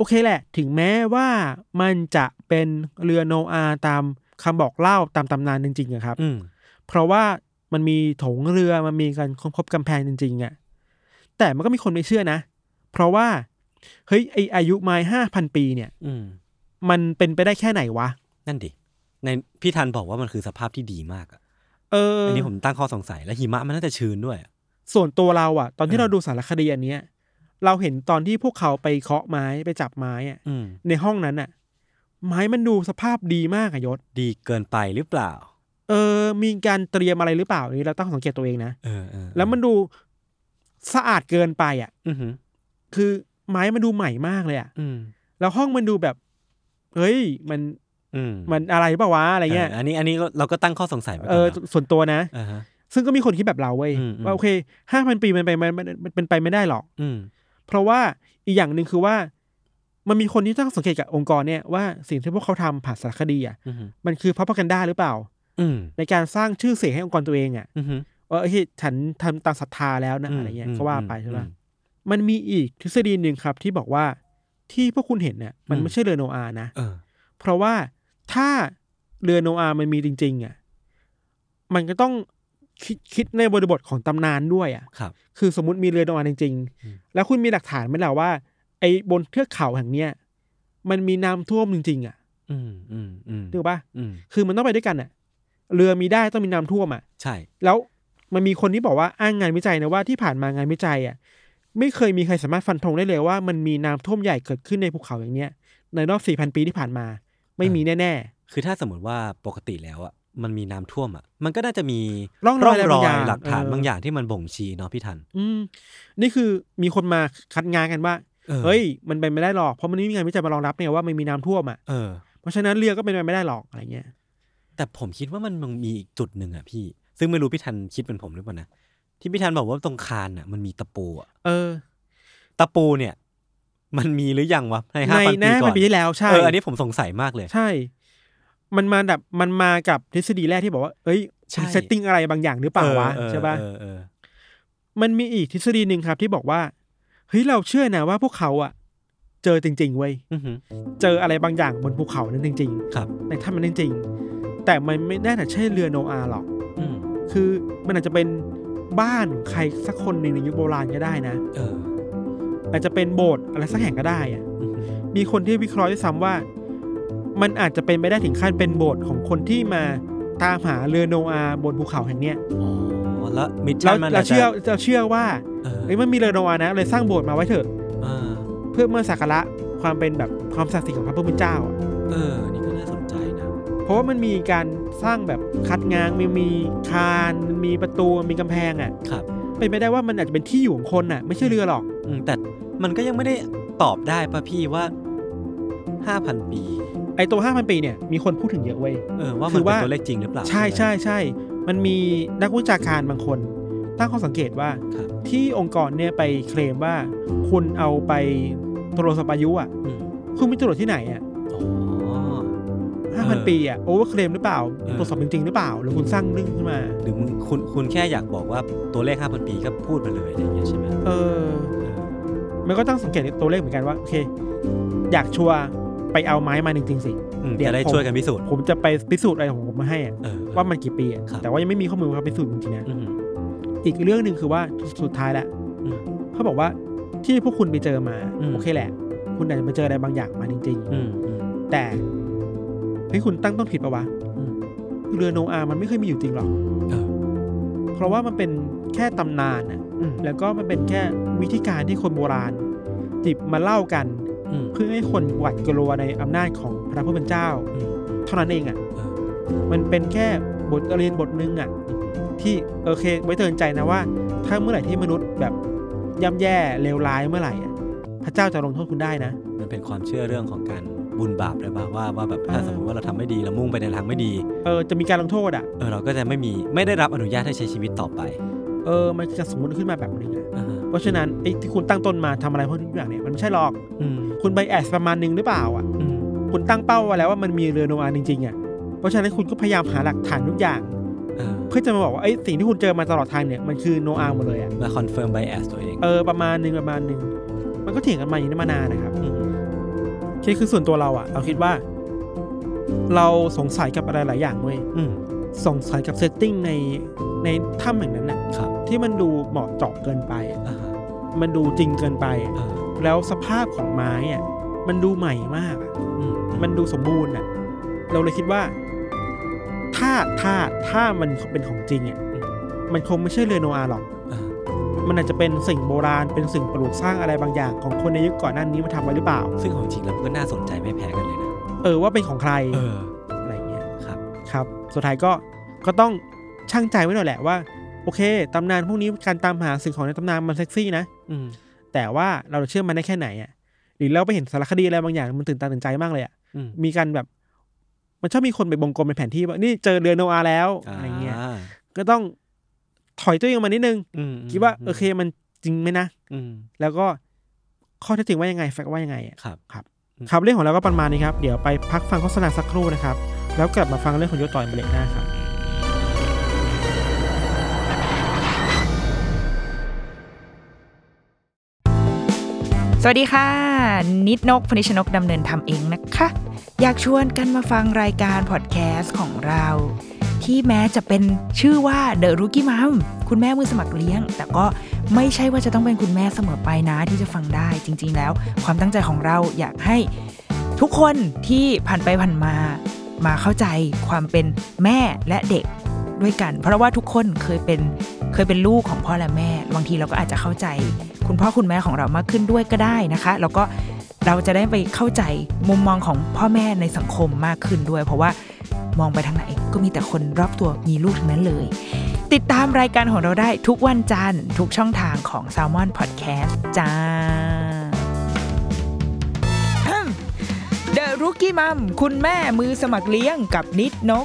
S5: โอเคแหละถึงแม้ว่ามันจะเป็นเรือโนอาห์ตามคำบอกเล่าตามตำนานจริงๆอะครับเพราะว่ามันมีโถงเรือมันมีการค้นพบกำแพงจริงๆอะแต่มันก็มีคนไม่เชื่อนะเพราะว่าเฮ้ยไออายุไม้ 5,000 ปีเนี่ยมันเป็นไปได้แค่ไหนวะ
S4: นั่นดิในพี่ทันบอกว่ามันคือสภาพที่ดีมากอะอันนี้ผมตั้งข้อสงสัยแล้วหิมะมันน่าจะชื้นด้วย
S5: ส่วนตัวเราอะตอนที่เราดูสารคดีอันเนี้ยเราเห็นตอนที่พวกเขาไปเคาะไม้ไปจับไม้อะในห้องนั้นอะไม้มันดูสภาพดีมากอะยศ
S4: ดีเกินไปหรือเปล่า
S5: มีการเตรียมอะไรหรือเปล่านี่เราต้องสังเกตตัวเองนะแล้วมันดูสะอาดเกินไปอ่ะคือไม้มันดูใหม่มากเลยอ่ะแล้วห้องมันดูแบบเฮ้ยมันอะไรเปล่าวะอะไรเงี้ย
S4: อันนี้เราก็ตั้งข้อสงสัยไป
S5: ส่วนตัวนะซึ่งก็มีคนคิดแบบเราเว้ยว่าโอเค 5,000 ปีมันเป็นไปไม่ได้หรอกเพราะว่าอีกอย่างนึงคือว่ามันมีคนที่ตั้งสังเกตกับองค์กรเนี่ยว่าสิ่งที่พวกเขาทำผ่านสารคดีอ่ะมันคือ propaganda หรือเปล่าในการสร้างชื่อเสียงให้องค์กรตัวเองอ่ะว่าฉันทำตามศรัทธาแล้วนะอะไรเงี้ยก็ว่าไปใช่ป่ะมันมีอีกทฤษฎีหนึ่งครับที่บอกว่าที่พวกคุณเห็นเนี่ยมันไม่ใช่เรือโนอาห์นะเพราะว่าถ้าเรือโนอาห์มันมีจริงๆอ่ะมันก็ต้องคิดในบริบทของตำนานด้วยอ่ะคือสมมุติมีเรือโนอาห์จริงๆแล้วคุณมีหลักฐานไหมล่ะว่าไอ้บนเทือกเขาแห่งเนี้ยมันมีน้ำท่วมจริงๆอ่ะถูกป่ะคือมันต้องไปด้วยกันอ่ะเรือมีได้ต้องมีน้ำท่วมอ่ะ
S4: ใช่
S5: แล้วมันมีคนที่บอกว่าอ้างงานวิจัยนะว่าที่ผ่านมางานวิจัยอ่ะไม่เคยมีใครสามารถฟันธงได้เลยว่ามันมีน้ำท่วมใหญ่เกิดขึ้นในภูเขาอย่างเนี้ยในรอบ 4,000 ปีที่ผ่านมาไม่มีแน่
S4: ๆคือถ้าสมมติว่าปกติแล้วอ่ะมันมีน้ำท่วมอ่ะมันก็น่าจะมี
S5: ร่องรอย
S4: หลักฐานบางอย่างที่มันบ่งชี้เนาะพี่ทัน
S5: นี่คือมีคนมาคัดงานกันว่าเฮ้ยมันเป็นไม่ได้หรอกเพราะมันไม่มีงานวิจัยมารองรับเนี่ยว่ามันมีน้ำท่วมอ่ะเพราะฉะนั้นเรือก็เป็นไปไม่ได้หรอกอะไรเงี้ย
S4: แต่ผมคิดว่ามันมีอีกจุดหนึ่งอ่ะพี่ซึ่งไม่รู้พี่ทันคิดเป็นผมหรือเปล่านะที่พี่ทันบอกว่าตรงคานอ่ะมันมีตะปูอ่ะตะปูเนี่ยมันมีหรือยังวะใน 5,000 ปีก่อน
S5: ปีที่แล้วใช่
S4: อันนี้ผมสงสัยมากเลย
S5: ใช่มันมากับทฤษฎีแรกที่บอกว่าเอ้ยเซตติ้งอะไรบางอย่างหรือเปล่าวะใช่ป่ะมันมีอีกทฤษฎีนึงครับที่บอกว่าเฮ้ยเราเชื่อนะว่าพวกเขาอ่ะเจอจริงๆเว้ยเจออะไรบางอย่างบนภูเขานั้นจริง
S4: ๆครับ
S5: ในถ้ำมันจริงๆแต่มันไม่น่าจะใช่เรือโนอาห์หรอกคือมันอาจจะเป็นบ้านใครสักคนหนึ่งในยุคโบราณก็ได้นะอาจจะเป็นโบสถ์อะไรสักแห่งก็ได้อ่ะมีคนที่วิเคราะห์ด้วยซ้ำว่ามันอาจจะเป็นไปได้ถึงขั้นเป็นโบสถ์ของคนที่มาตามหาเรือโนอาห์บนภูเขาแห่งเนี้ย
S4: แล้วมิชชั่นมัน
S5: เราเชื่อว่ามันมีเรือโนอาห์นะเลยสร้างโบสถ์มาไว้เถอะเพื่อมาสักการะความเป็นแบบความศักดิ์สิทธิ์ของพระผู้เป็นเจ้า
S4: นี่ก็น่าสนใจนะ
S5: เพราะว่ามันมีการสร้างแบบคัดง้างมีคานมีประตูมีกำแพงอ่ะเป็นไปได้ว่ามันอาจจะเป็นที่อยู่ของคนอ่ะไม่ใช่เรือหรอก
S4: แต่มันก็ยังไม่ได้ตอบได้ป่ะพี่ว่า 5,000 ปี
S5: ไอตัว 5,000 ปีเนี่ยมีคนพูดถึงเยอะเว้ย
S4: ว่ามันเป็นตัวเลขจริงหรือเปล่า
S5: ใช่มันมีนักวิชาการบางคนตั้งข้อสังเกตว่าที่องค์กรเนี่ยไปเคลมว่าคุณเอาไปตรวจสอบอายุอ่ะคุณไม่ตรวจที่ไหนอ่ะ5,000 ปีอ่ะโอเวอร์เคลมหรือเปล่าตรวจสอบจริงๆหรือเปล่าหรือคุณสร้างเรื่องขึ้นมา
S4: หรือคุณแค่อยากบอกว่าตัวเลข 5,000 ปีก็พูดมาเลยอะไรอย่างเงี้ยใช่ไหม
S5: มันก็ต้องสังเกตตัวเลขเหมือนกันว่าโอเคอยากชัวร์ไปเอาไม้มาจริงๆสิ
S4: เดี๋ยวได้ช่วยกันพิสูจน์
S5: ผมจะไปพิสูจน์อะไรของผมมาให้ว่ามันกี่ปีแต่ว่ายังไม่มีข้อมูลมาพิสูจน์จริงๆนะอีกเรื่องนึงคือว่าสุดท้ายแล้วเขาบอกว่าที่พวกคุณไปเจอมาโอเคแหละคุณอาจจะไปเจออะไรบางอย่างมาจริงๆแต่ให้คุณตั้งต้นผิดปะวะเรือโนอาห์มันไม่เคยมีอยู่จริงหรอกเพราะว่ามันเป็นแค่ตำนานแล้วก็มันเป็นแค่วิธีการที่คนโบราณจิบมาเล่ากันเพื่อให้คนหวาดกลัวในอำนาจของพระผู้เป็นเจ้าเท่านั้นเองอ่ะมันเป็นแค่บทเรียนบทนึงอ่ะที่โอเคไว้เตือนใจนะว่าถ้าเมื่อไหร่ที่มนุษย์แบบย่ำแย่เลวร้ายเมื่อไหร่พระเจ้าจะลงโทษคุณได้นะ
S4: มันเป็นความเชื่อเรื่องของการบุญบาปเลยป่ะว่าแบบถ้าสมมติว่าเราทำไม่ดีเรามุ่งไปในทางไม่ดี
S5: จะมีการลงโทษอ่ะ
S4: เราก็จะไม่ได้รับอนุญาตให้ใช้ชีวิตต่อไป
S5: มันจะสมมติขึ้นมาแบบนึงเพราะฉะนั้นไอ้ที่คุณตั้งต้นมาทำอะไรพวกนี้อย่างเนี่ยมันไม่ใช่หรอกคุณไบแอสประมาณนึงหรือเปล่าอ่ะคุณตั้งเป้าไว้แล้วว่ามันมีเรือโนอาห์จริงๆอ่ะเพราะฉะนั้นคุณก็พยายามหาหลักฐานทุกอย่างเพื่อจะมาบอกว่าไอ้สิ่งที่คุณเจอมาตลอดทางเนี่ยมันคือโนอาห์หมดเลยอ่ะ
S4: มาคอนเฟิร์มไบแอสตัวเอง
S5: ประมาณนึงมันก็เถียงกันมาอย่างนี้มานานนะครับคือส่วนตัวเราอ่ะเราคิดว่าเราสงสัยกับอะไรหลายอย่างเว้ยสงสัยกับเซตติ้งในถ้ำอย่างนั้นน่ะที่มันดูเหมาะเจาะเกินไปมันดูจริงเกินไปแล้วสภาพของไม้อ่ะมันดูใหม่มากมันดูสมบูรณ์อ่ะเราเลยคิดว่าถ้ามันเป็นของจริงอ่ะมันคงไม่ใช่เรือโนอาห์หรอกมันอาจจะเป็นสิ่งโบราณเป็นสิ่งปลูกสร้างอะไรบางอย่างของคนในยุคก่อนหน้านี้มาทำไว้หรือเปล่า
S4: ซึ่งของจริงแล้วมันก็น่าสนใจไม่แพ้กันเลยนะ
S5: ว่าเป็นของใครอะไรเงี้ยครับสุดท้ายก็ต้องชั่งใจไว้หน่อยแหละว่าโอเคตำนานพวกนี้การตามหาสิ่งของในตำนานมันเซ็กซี่นะแต่ว่าเราเชื่อมันได้แค่ไหนอ่ะหรือเราไปเห็นสารคดีอะไรบางอย่างมันตื่นตาตื่นใจมากเลยอ่ะมีการแบบมันชอบมีคนไปวงกลมเป็นแผนที่ว่านี่เจอเรือโนอาห์แล้วอะไรเงี้ยก็ต้องถอยตัวเองมานิดนึงคิดว่าโอเคมันจริงไหมนะแล้วก็ข้อเท็จจริงว่ายังไงแฟกต์ว่ายังไงครับเรื่องของเราก็ประมาณนี้ครับเดี๋ยวไปพักฟังโฆษณาสักครู่นะครับแล้วกลับมาฟังเรื่องของยศต่อยเบรกหน้าครับ
S1: สวัสดีค่ะนิดนกพนิชนกดำเนินทำเองนะคะอยากชวนกันมาฟังรายการพอดแคสต์ของเราที่แม้จะเป็นชื่อว่า The Rookie Mom คุณแม่มือสมัครเลี้ยงแต่ก็ไม่ใช่ว่าจะต้องเป็นคุณแม่เสมอไปนะที่จะฟังได้จริงๆแล้วความตั้งใจของเราอยากให้ทุกคนที่ผ่านไปผ่านมาเข้าใจความเป็นแม่และเด็กด้วยกันเพราะว่าทุกคนเคยเป็นลูกของพ่อและแม่บางทีเราก็อาจจะเข้าใจคุณพ่อคุณแม่ของเรามากขึ้นด้วยก็ได้นะคะแล้วก็เราจะได้ไปเข้าใจมุมมองของพ่อแม่ในสังคมมากขึ้นด้วยเพราะว่ามองไปทางไหนก็มีแต่คนรอบตัวมีลูกทั้งนั้นเลยติดตามรายการของเราได้ทุกวันจันทร์ทุกช่องทางของ Salmon Podcast จ้า The Rookie Mom คุณแม่มือสมัครเลี้ยงกับนิดนก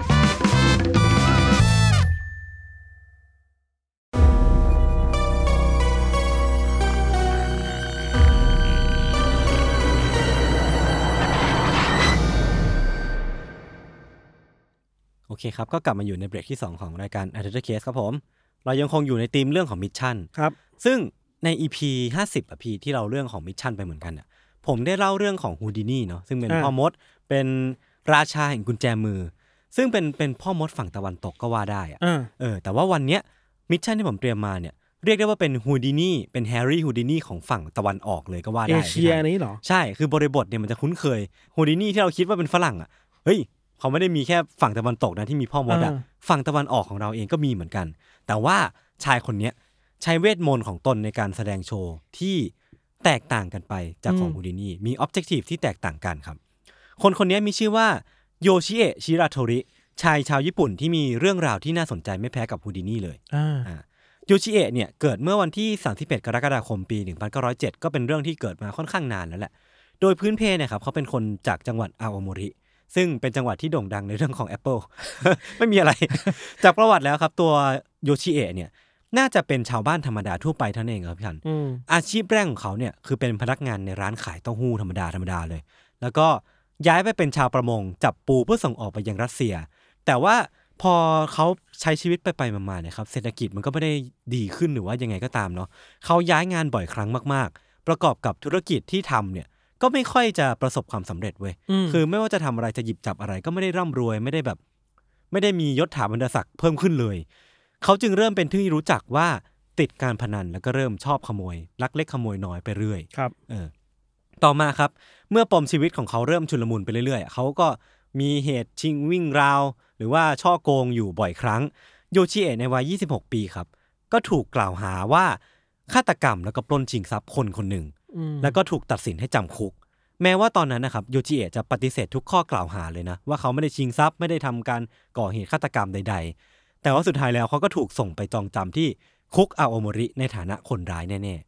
S4: โอเคครับก็กลับมาอยู่ในเบรกที่2ของรายการ Adventure Case ครับผมเรายังคงอยู่ในธีมเรื่องของมิชชั่น
S5: ครับ
S4: ซึ่งใน EP 50อ่ะพี่ที่เราเรื่องของมิชชั่นไปเหมือนกันอ่ะผมได้เล่าเรื่องของฮูดินี่เนาะซึ่งเป็นพ่อมดเป็นราชาแห่งกุญแจมือซึ่งเป็นพ่อมดฝั่งตะวันตกก็ว่าได้อ่ะแต่ว่าวันเนี้ยมิชชั่นที่ผมเตรียมมาเนี่ยเรียกได้ว่าเป็นฮูดินี่เป็นแฮร์รี่ฮูดินี่ของฝั่งตะวันออกเลยก็ว่าได้
S5: เอเชียนี้หรอ
S4: ใช่คือบริบทเนี่ยมันจะคุ้นเคยฮูดินี่ที่เราคิดว่าเป็นฝรั่งอ่ะเฮ้ยเขาไม่ได้มีแค่ฝั่งตะวันตกนะที่มีพ่อมดอ่ะฝั่งตะวันออกของเราเองก็มีเหมือนกันแต่ว่าชายคนนี้ใช้เวทมนต์ของตนในการแสดงโชว์ที่แตกต่างกันไปจากของฮูดินี่มีออบเจกตีฟที่แตกต่างกันครับคนนี้มีชื่อว่าโยชิเอะชิราโทริชายชาวญี่ปุ่นที่มีเรื่องราวที่น่าสนใจไม่แพ้กับฮูดินี่เลยโยชิเอะเนี่ยเกิดเมื่อวันที่31กรกฎาคมปี1907ก็เป็นเรื่องที่เกิดมาค่อนข้างนานแล้วแหละโดยพื้นเพเนี่ยครับเขาเป็นคนจากจังหวัดอาโอโมริซึ่งเป็นจังหวัดที่โด่งดังในเรื่องของ Apple ไม่มีอะไร จากประวัติแล้วครับตัวโยชิเอะเนี่ยน่าจะเป็นชาวบ้านธรรมดาทั่วไปเท่านั้นเองครับพี่ทันอาชีพแรกของเขาเนี่ยคือเป็นพนักงานในร้านขายเต้าหู้ธรรมดาเลยแล้วก็ย้ายไปเป็นชาวประมงจับปูเพื่อส่งออกไปยังรัสเซียแต่ว่าพอเขาใช้ชีวิตไปมาเนี่ยครับเศรษฐกิจมันก็ไม่ได้ดีขึ้นหรือว่ายังไงก็ตามเนาะเขาย้ายงานบ่อยครั้งมากๆประกอบกับธุรกิจที่ทำเนี่ยก็ไม่ค่อยจะประสบความสำเร็จเว้ยคือไม่ว่าจะทำอะไรจะหยิบจับอะไรก็ไม่ได้ร่ำรวยไม่ได้มียศถาบรรดาศักดิ์เพิ่มขึ้นเลยเขาจึงเริ่มเป็นที่รู้จักว่าติดการพนันแล้วก็เริ่มชอบขโมยลักเล็กขโมยน้อยไปเรื่อย
S5: ครับ
S4: ต่อมาครับเมื่อปมชีวิตของเขาเริ่มชุลมุนไปเรื่อยๆเขาก็มีเหตุชิงวิ่งราวหรือว่าช่อโกงอยู่บ่อยครั้งโยชิเอะในวัย26ปีครับก็ถูกกล่าวหาว่าฆาตกรรมแล้วก็ปล้นชิงทรัพย์คนหนึ่งแล้วก็ถูกตัดสินให้จำคุกแม้ว่าตอนนั้นนะครับโยชิเอะจะปฏิเสธทุกข้อกล่าวหาเลยนะว่าเขาไม่ได้ชิงทรัพย์ไม่ได้ทำการก่อเหตุฆาตกรรมใดๆแต่ว่าสุดท้ายแล้วเขาก็ถูกส่งไปจองจำที่คุกอาโอโมริในฐานะคนร้ายแน่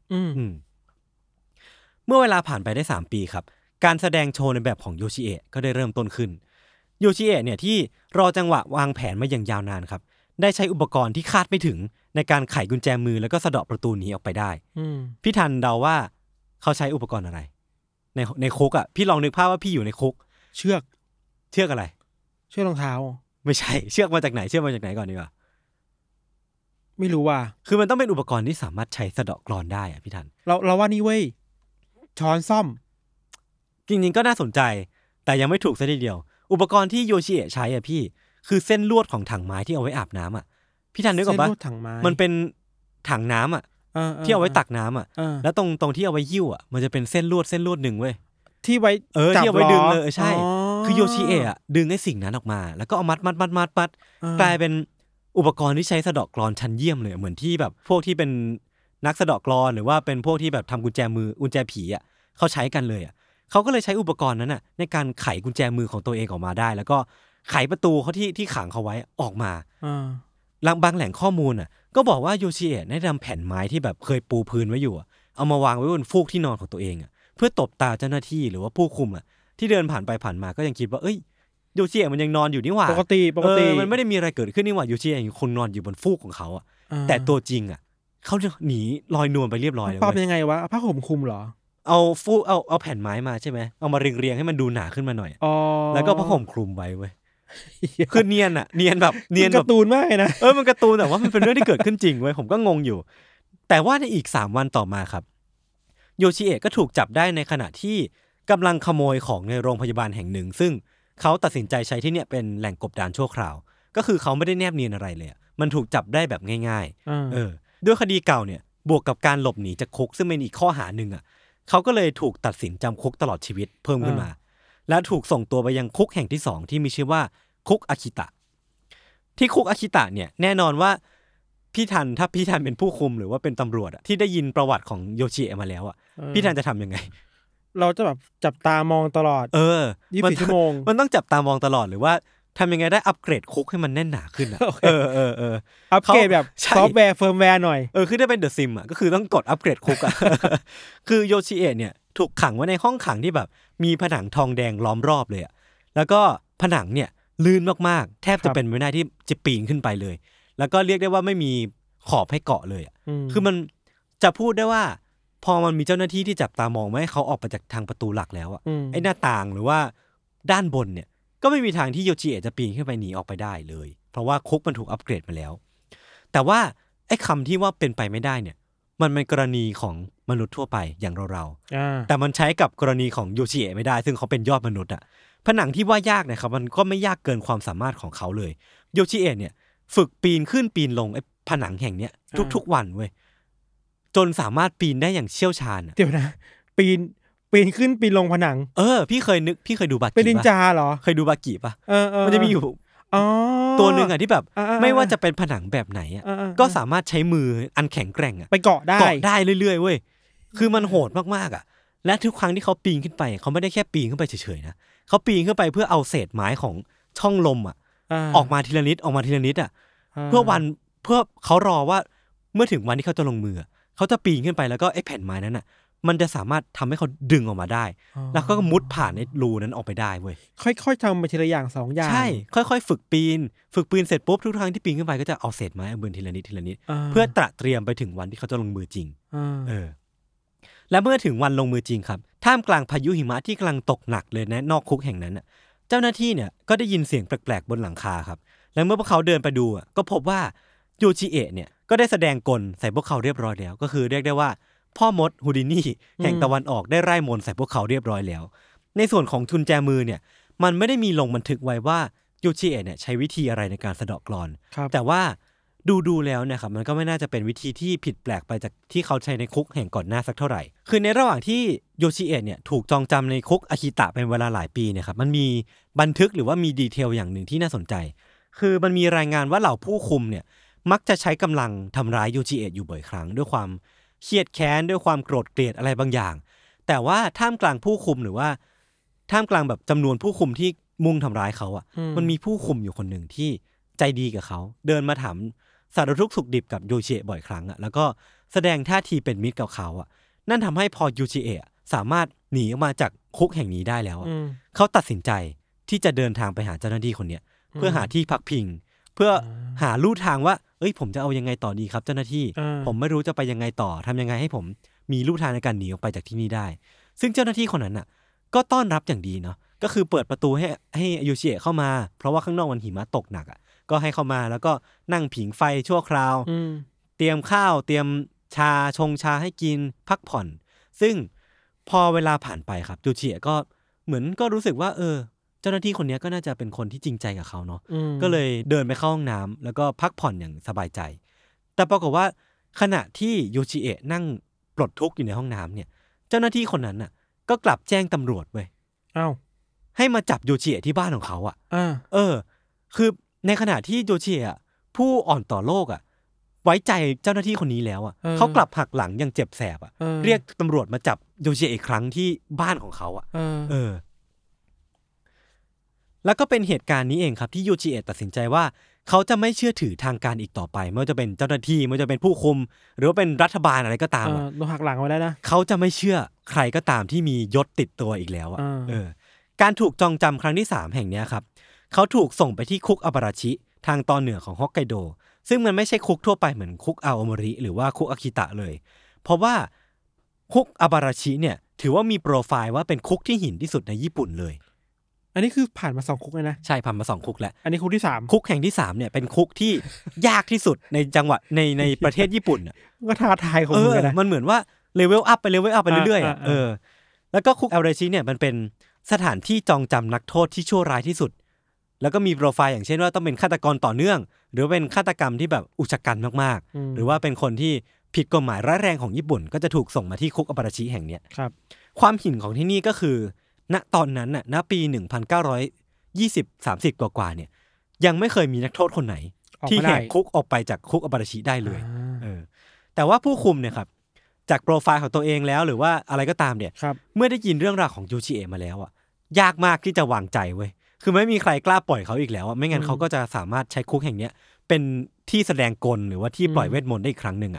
S4: ๆเมื่อเวลาผ่านไปได้3ปีครับการแสดงโชว์ในแบบของโยชิเอะก็ได้เริ่มต้นขึ้นโยชิเอะเนี่ยที่รอจังหวะวางแผนมาอย่างยาวนานครับได้ใช้อุปกรณ์ที่คาดไม่ถึงในการไขกุญแจมือแล้วก็สะเดาะประตูหนีออกไปได้พี่ทันเดาว่าเขาใช้อุปกรณ์อะไรในคุกอ่ะพี่ลองนึกภาพว่าพี่อยู่ในคุก
S5: เชือก
S4: อะไร
S5: เชือกรองเท้า
S4: ไม่ใช่เชือกมาจากไหนก่อนดีกว่า
S5: ไม่รู้ว่า
S4: คือมันต้องเป็นอุปกรณ์ที่สามารถใช้สะเดาะกลอนได้อ่ะพี่ทัน
S5: เราว่านี่เว้ยช้อนซ่อม
S4: จริงๆก็น่าสนใจแต่ยังไม่ถูกซะทีเดียวอุปกรณ์ที่โยชิเอะใช้อ่ะพี่คือเส้นลวดของถังไม้ที่เอาไว้อาบน้ำอ่ะพี่ทันนึกออกปะมันเป็นถังน้ำอ่ะที่เอาไว้ตักน้ำอ่ะแล้วตรงที่เอาไว้หิ้วอ่ะมันจะเป็นเส้นลวดนึงเว้ย
S5: ที่ไว้
S4: ที่เอาไว้ดึงเลยใช่คือโยชิเอะดึงไอ้สิ่งนั้นออกมาแล้วก็เอามัดกลายเป็นอุปกรณ์ที่ใช้สะเดาะกลอนชั้นเยี่ยมเลยเหมือนที่แบบพวกที่เป็นนักสะเดาะกลอนหรือว่าเป็นพวกที่แบบทำกุญแจผีอ่ะเขาใช้กันเลยอ่ะเขาก็เลยใช้อุปกรณ์นั้นน่ะในการไขกุญแจมือของตัวเองออกมาได้แล้วก็ไขประตูเขาที่ขังเขาไว้ออกมาบางแหล่งข้อมูลอ่ะก็บอกว่าโยชิเอะได้นำแผ่นไม้ที่แบบเคยปูพื้นไว้อยู่เอามาวางไว้บนฟูกที่นอนของตัวเองอ่ะเพื่อตบตาเจ้าหน้าที่หรือว่าผู้คุมอ่ะที่เดินผ่านไปผ่านมาก็ยังคิดว่าเอ้ยโยชิเอะมันยังนอนอยู่นี่หว่า
S5: ปกติ
S4: มันไม่ได้มีอะไรเกิดขึ้นนี่หว่าโยชิเอะยังคงนอนอยู่บนฟูกของเขาอ่ะแต่ตัวจริงอ่ะเขาหนีลอยนวลไปเรียบร้อยแล้ว
S5: ปรับยังไงวะผ้าห่มคลุมเหรอ
S4: เอาแผ่นไม้มาใช่ไหมเอามาเรียงให้มันดูหนาขึ้นมาหน่อยแล้วก็ผ้าห่มคลุมไว้เว้ยคือเนียนแบบ
S5: การ์ตูนมากนะ
S4: มันการ์ตูนแต่ว่ามันเป็นเรื่องที่เกิดขึ้นจริงเว้ยผมก็งงอยู่แต่ว่าในอีก3วันต่อมาครับโยชิเอะก็ถูกจับได้ในขณะที่กำลังขโมยของในโรงพยาบาลแห่งหนึ่งซึ่งเขาตัดสินใจใช้ที่เนี่ยเป็นแหล่งกบดานชั่วคราวก็คือเขาไม่ได้แนบเนียนอะไรเลยมันถูกจับได้แบบง่ายๆด้วยคดีเก่าเนี่ยบวกกับการหลบหนีจากคุกซึ่งเป็นอีกข้อหานึงเขาก็เลยถูกตัดสินจำคุกตลอดชีวิตเพิ่มขึ้นมาและถูกส่งตัวไปยังคุกแห่งที่2ที่มีชื่อว่าคุกอาคิตะที่คุกอาคิตะเนี่ยแน่นอนว่าถ้าพี่ทันเป็นผู้คุมหรือว่าเป็นตำรวจที่ได้ยินประวัติของโยชิเอะมาแล้วพี่ทันจะทำยังไง
S5: เราจะแบบจับตามองตลอด24 ชั่วโมง
S4: มันต้องจับตามองตลอดหรือว่าทำยังไงได้อัปเกรดคุกให้มันแน่นหนาขึ้น
S5: อัปเกรดแบบซอฟต์แวร์เฟิร์มแวร์หน่อย
S4: คือถ้าเป็นเดอะซิมก็คือต้องกดอัปเกรดคุกคือโยชิเอะเนี่ยถูกขังไว้ในห้องขังที่แบบมีผนังทองแดงล้อมรอบเลยแล้วก็ผนังเนี่ยลื่นมากๆแทบจะเป็นไม่ได้ที่จะปีนขึ้นไปเลยแล้วก็เรียกได้ว่าไม่มีขอบให้เกาะเลยคือมันจะพูดได้ว่าพอมันมีเจ้าหน้าที่ที่จับตามองไม่ให้เขาออกไปจากทางประตูหลักแล้วไอ้หน้าต่างหรือว่าด้านบนเนี่ยก็ไม่มีทางที่โยชิเอะจะปีนขึ้นไปหนีออกไปได้เลยเพราะว่าคุกมันถูกอัปเกรดมาแล้วแต่ว่าไอ้คำที่ว่าเป็นไปไม่ได้เนี่ยมันเป็นกรณีของมนุษย์ทั่วไปอย่างเราแต่มันใช้กับกรณีของโยชิเอะไม่ได้ซึ่งเขาเป็นยอดมนุษย์ผนังที่ว่ายากเนี่ยครับมันก็ไม่ยากเกินความสามารถของเขาเลยโยชิเอะเนี่ยฝึกปีนขึ้นปีนลงไอ้ผนังแห่งเนี้ยทุกๆวันเว้ยจนสามารถปีนได้อย่างเชี่ยวชาญ
S5: เดี๋ยวนะปีนขึ้นปีนลงผนัง
S4: พี่เคยดูบากิ
S5: เป็นนินจาเหรอ
S4: เคยดูบากิป่ะมันจะมีอยู่ตัวนึงที่แบบไม่ว่าจะเป็นผนังแบบไหนก็สามารถใช้มืออันแข็งแกร่ง
S5: ไปเกาะ
S4: ได้เรื่อยๆเว้ยคือมันโหดมากๆและทุกครั้งที่เขาปีนขึ้นไปเขาไม่ได้แค่ปีนขึ้นไปเฉยๆนะเขาปีนขึ้นไปเพื่อเอาเศษไม้ของช่องลมออกมาทีละนิดเพื่อเขารอว่าเมื่อถึงวันที่เขาจะลงมือเขาจะปีนขึ้นไปแล้วก็ไอ้แผ่นไม้นั้นมันจะสามารถทำให้เขาดึงออกมาได้แล้วก็มุดผ่านไอ้รูนั้นออกไปได้เว้ย
S5: ค่อยๆทำไปทีละอย่าง2อย่าง
S4: ใช่ค่อยๆฝึกปีนเสร็จปุ๊บทุกครั้งที่ปีนขึ้นไปก็จะเอาเศษไม้เอาเบิร์นทีละนิดเพื่อตระเตรียมไปถึงวันที่เขาจะลงมือจริงและเมื่อถึงวันลงมือจริงครับท่ามกลางพายุหิมะที่กำลังตกหนักเลยนะนอกคุกแห่งนั้นเจ้าหน้าที่เนี่ยก็ได้ยินเสียงแปลกๆบนหลังคาครับและเมื่อพวกเขาเดินไปดูก็พบว่าโยชิเอะเนี่ยก็ได้แสดงกลใส่พวกเขาเรียบร้อยแล้วก็คือเรียกได้ว่าพ่อมดฮูดินี่แห่งตะวันออกได้ไร้มนต์ใส่พวกเขาเรียบร้อยแล้วในส่วนของกุญแจมือเนี่ยมันไม่ได้มีลงบันทึกไว้ว่าโยชิเอะเนี่ยใช้วิธีอะไรในการสะเดาะกลอนแต่ว่าดูแล้วเนี่ยครับมันก็ไม่น่าจะเป็นวิธีที่ผิดแปลกไปจากที่เขาใช้ในคุกแห่งก่อนหน้าสักเท่าไหร่คือในระหว่างที่โยชิเอะเนี่ยถูกจองจำในคุกอาคิตะเป็นเวลาหลายปีเนี่ยครับมันมีบันทึกหรือว่ามีดีเทลอย่างหนึ่งที่น่าสนใจคือมันมีรายงานว่าเหล่าผู้คุมเนี่ยมักจะใช้กำลังทำร้ายโยชิเอะอยู่บ่อยครั้งด้วยความเครียดแค้นด้วยความโกรธเกลียดอะไรบางอย่างแต่ว่าท่ามกลางผู้คุมหรือว่าท่ามกลางแบบจำนวนผู้คุมที่มุ่งทำร้ายเขามันมีผู้คุมอยู่คนหนึ่งที่ใจดีกับเขาเดินมาถามสารทุกข์สุขดิบกับโยชิเอะบ่อยครั้งแล้วก็แสดงท่าทีเป็นมิตรกับเขานั่นทำให้พอโยชิเอะสามารถหนีออกมาจากคุกแห่งนี้ได้แล้วเขาตัดสินใจที่จะเดินทางไปหาเจ้าหน้าที่คนเนี้ยเพื่อหาที่พักพิงเพื่อหาลู่ทางว่าผมจะเอายังไงต่อดีครับเจ้าหน้าที่ผมไม่รู้จะไปยังไงต่อทำยังไงให้ผมมีลู่ทางในการหนีออกไปจากที่นี่ได้ซึ่งเจ้าหน้าที่คนนั้นก็ต้อนรับอย่างดีเนาะก็คือเปิดประตูให้โยชิเอะเข้ามาเพราะว่าข้างนอกมันหิมะตกหนักก็ให้เข้ามาแล้วก็นั่งผิงไฟชั่วคราวเตรียมข้าวเตรียมชาให้กินพักผ่อนซึ่งพอเวลาผ่านไปครับโยชิเอะก็เหมือนก็รู้สึกว่าเจ้าหน้าที่คนนี้ก็น่าจะเป็นคนที่จริงใจกับเขาเนาะก็เลยเดินไปเข้าห้องน้ำแล้วก็พักผ่อนอย่างสบายใจแต่ปรากฏว่าขณะที่โยชิเอะนั่งปลดทุกข์อยู่ในห้องน้ำเนี่ยเจ้าหน้าที่คนนั้นน่ะก็กลับแจ้งตำรวจเว้ยให้มาจับโยชิเอะที่บ้านของเขาคือในขณะที่โยชิเอะผู้อ่อนต่อโลกไว้ใจเจ้าหน้าที่คนนี้แล้วเขากลับหักหลังอย่างเจ็บแสบเรียกตำรวจมาจับโยชิเอะอีกครั้งที่บ้านของเขาแล้วก็เป็นเหตุการณ์นี้เองครับที่โยชิเอะตัดสินใจว่าเขาจะไม่เชื่อถือทางการอีกต่อไปไม่ว่าจะเป็นเจ้าหน้าที่ไม่ว่าจะเป็นผู้คุมหรือว่าเป็นรัฐบาลอะไรก็ตาม
S5: โดนหักหลังไว้แล้วนะ
S4: เขาจะไม่เชื่อใครก็ตามที่มียศติดตัวอีกแล้วการถูกจองจำครั้งที่3แห่งนี้ครับเขาถูกส่งไปที่คุกอาบาราชิทางตอนเหนือของฮอกไกโดซึ่งมันไม่ใช่คุกทั่วไปเหมือนคุกอาโอมริหรือว่าคุกอากิตะเลยเพราะว่าคุกอาบาราชิเนี่ยถือว่ามีโปรไฟล์ว่าเป็นคุกที่หินที่สุดในญี่ปุ่นเลย
S5: อันนี้คือผ่านมา2คุกเลยนะ
S4: ใช่ผ่านมา2คุกแล้ว
S5: อันนี้คุกที่3
S4: คุกแห่งที่3เนี่ยเป็นคุกที่ยากที่สุดในจังหวัดในประเทศญี่ปุ่น
S5: ก็ท้าทายของมึงนะ
S4: มันเหมือนว่าเลเวลอัพไปเรื่อยๆแล้วก็คุกอาบาราชิเนี่ยมันเป็นสถานที่จองจำนักโทษที่ชั่วร้ายที่สุดแล้วก็มีโปรไฟล์อย่างเช่นว่าต้องเป็นฆาตกรต่อเนื่องหรือเป็นฆาตกรรมที่แบบอุกชะกันมากๆหรือว่าเป็นคนที่ผิดกฎหมายร้ายแรงของญี่ปุ่นก็จะถูกส่งมาที่คุกอาบาราชิแห่งเนี้ย
S5: ครับ
S4: ความหินของที่นี่ก็คือณตอนนั้นณปี1920-30กว่าๆเนี่ยยังไม่เคยมีนักโทษคนไหนที่แหกคุกออกไปจากคุกอาบาราชิได้เลยแต่ว่าผู้คุมเนี่ยครับจากโปรไฟล์ของตัวเองแล้วหรือว่าอะไรก็ตามเนี่ยเมื่อได้ยินเรื่องราวของโยชิเอะมาแล้วยากมากที่จะวางใจเว้ยคือไม่มีใครกล้าปล่อยเขาอีกแล้วไม่งั้นเขาก็จะสามารถใช้คุกแห่งเนี้ยเป็นที่แสดงกลหรือว่าที่ปล่อยเวทมนต์ได้อีกครั้งนึง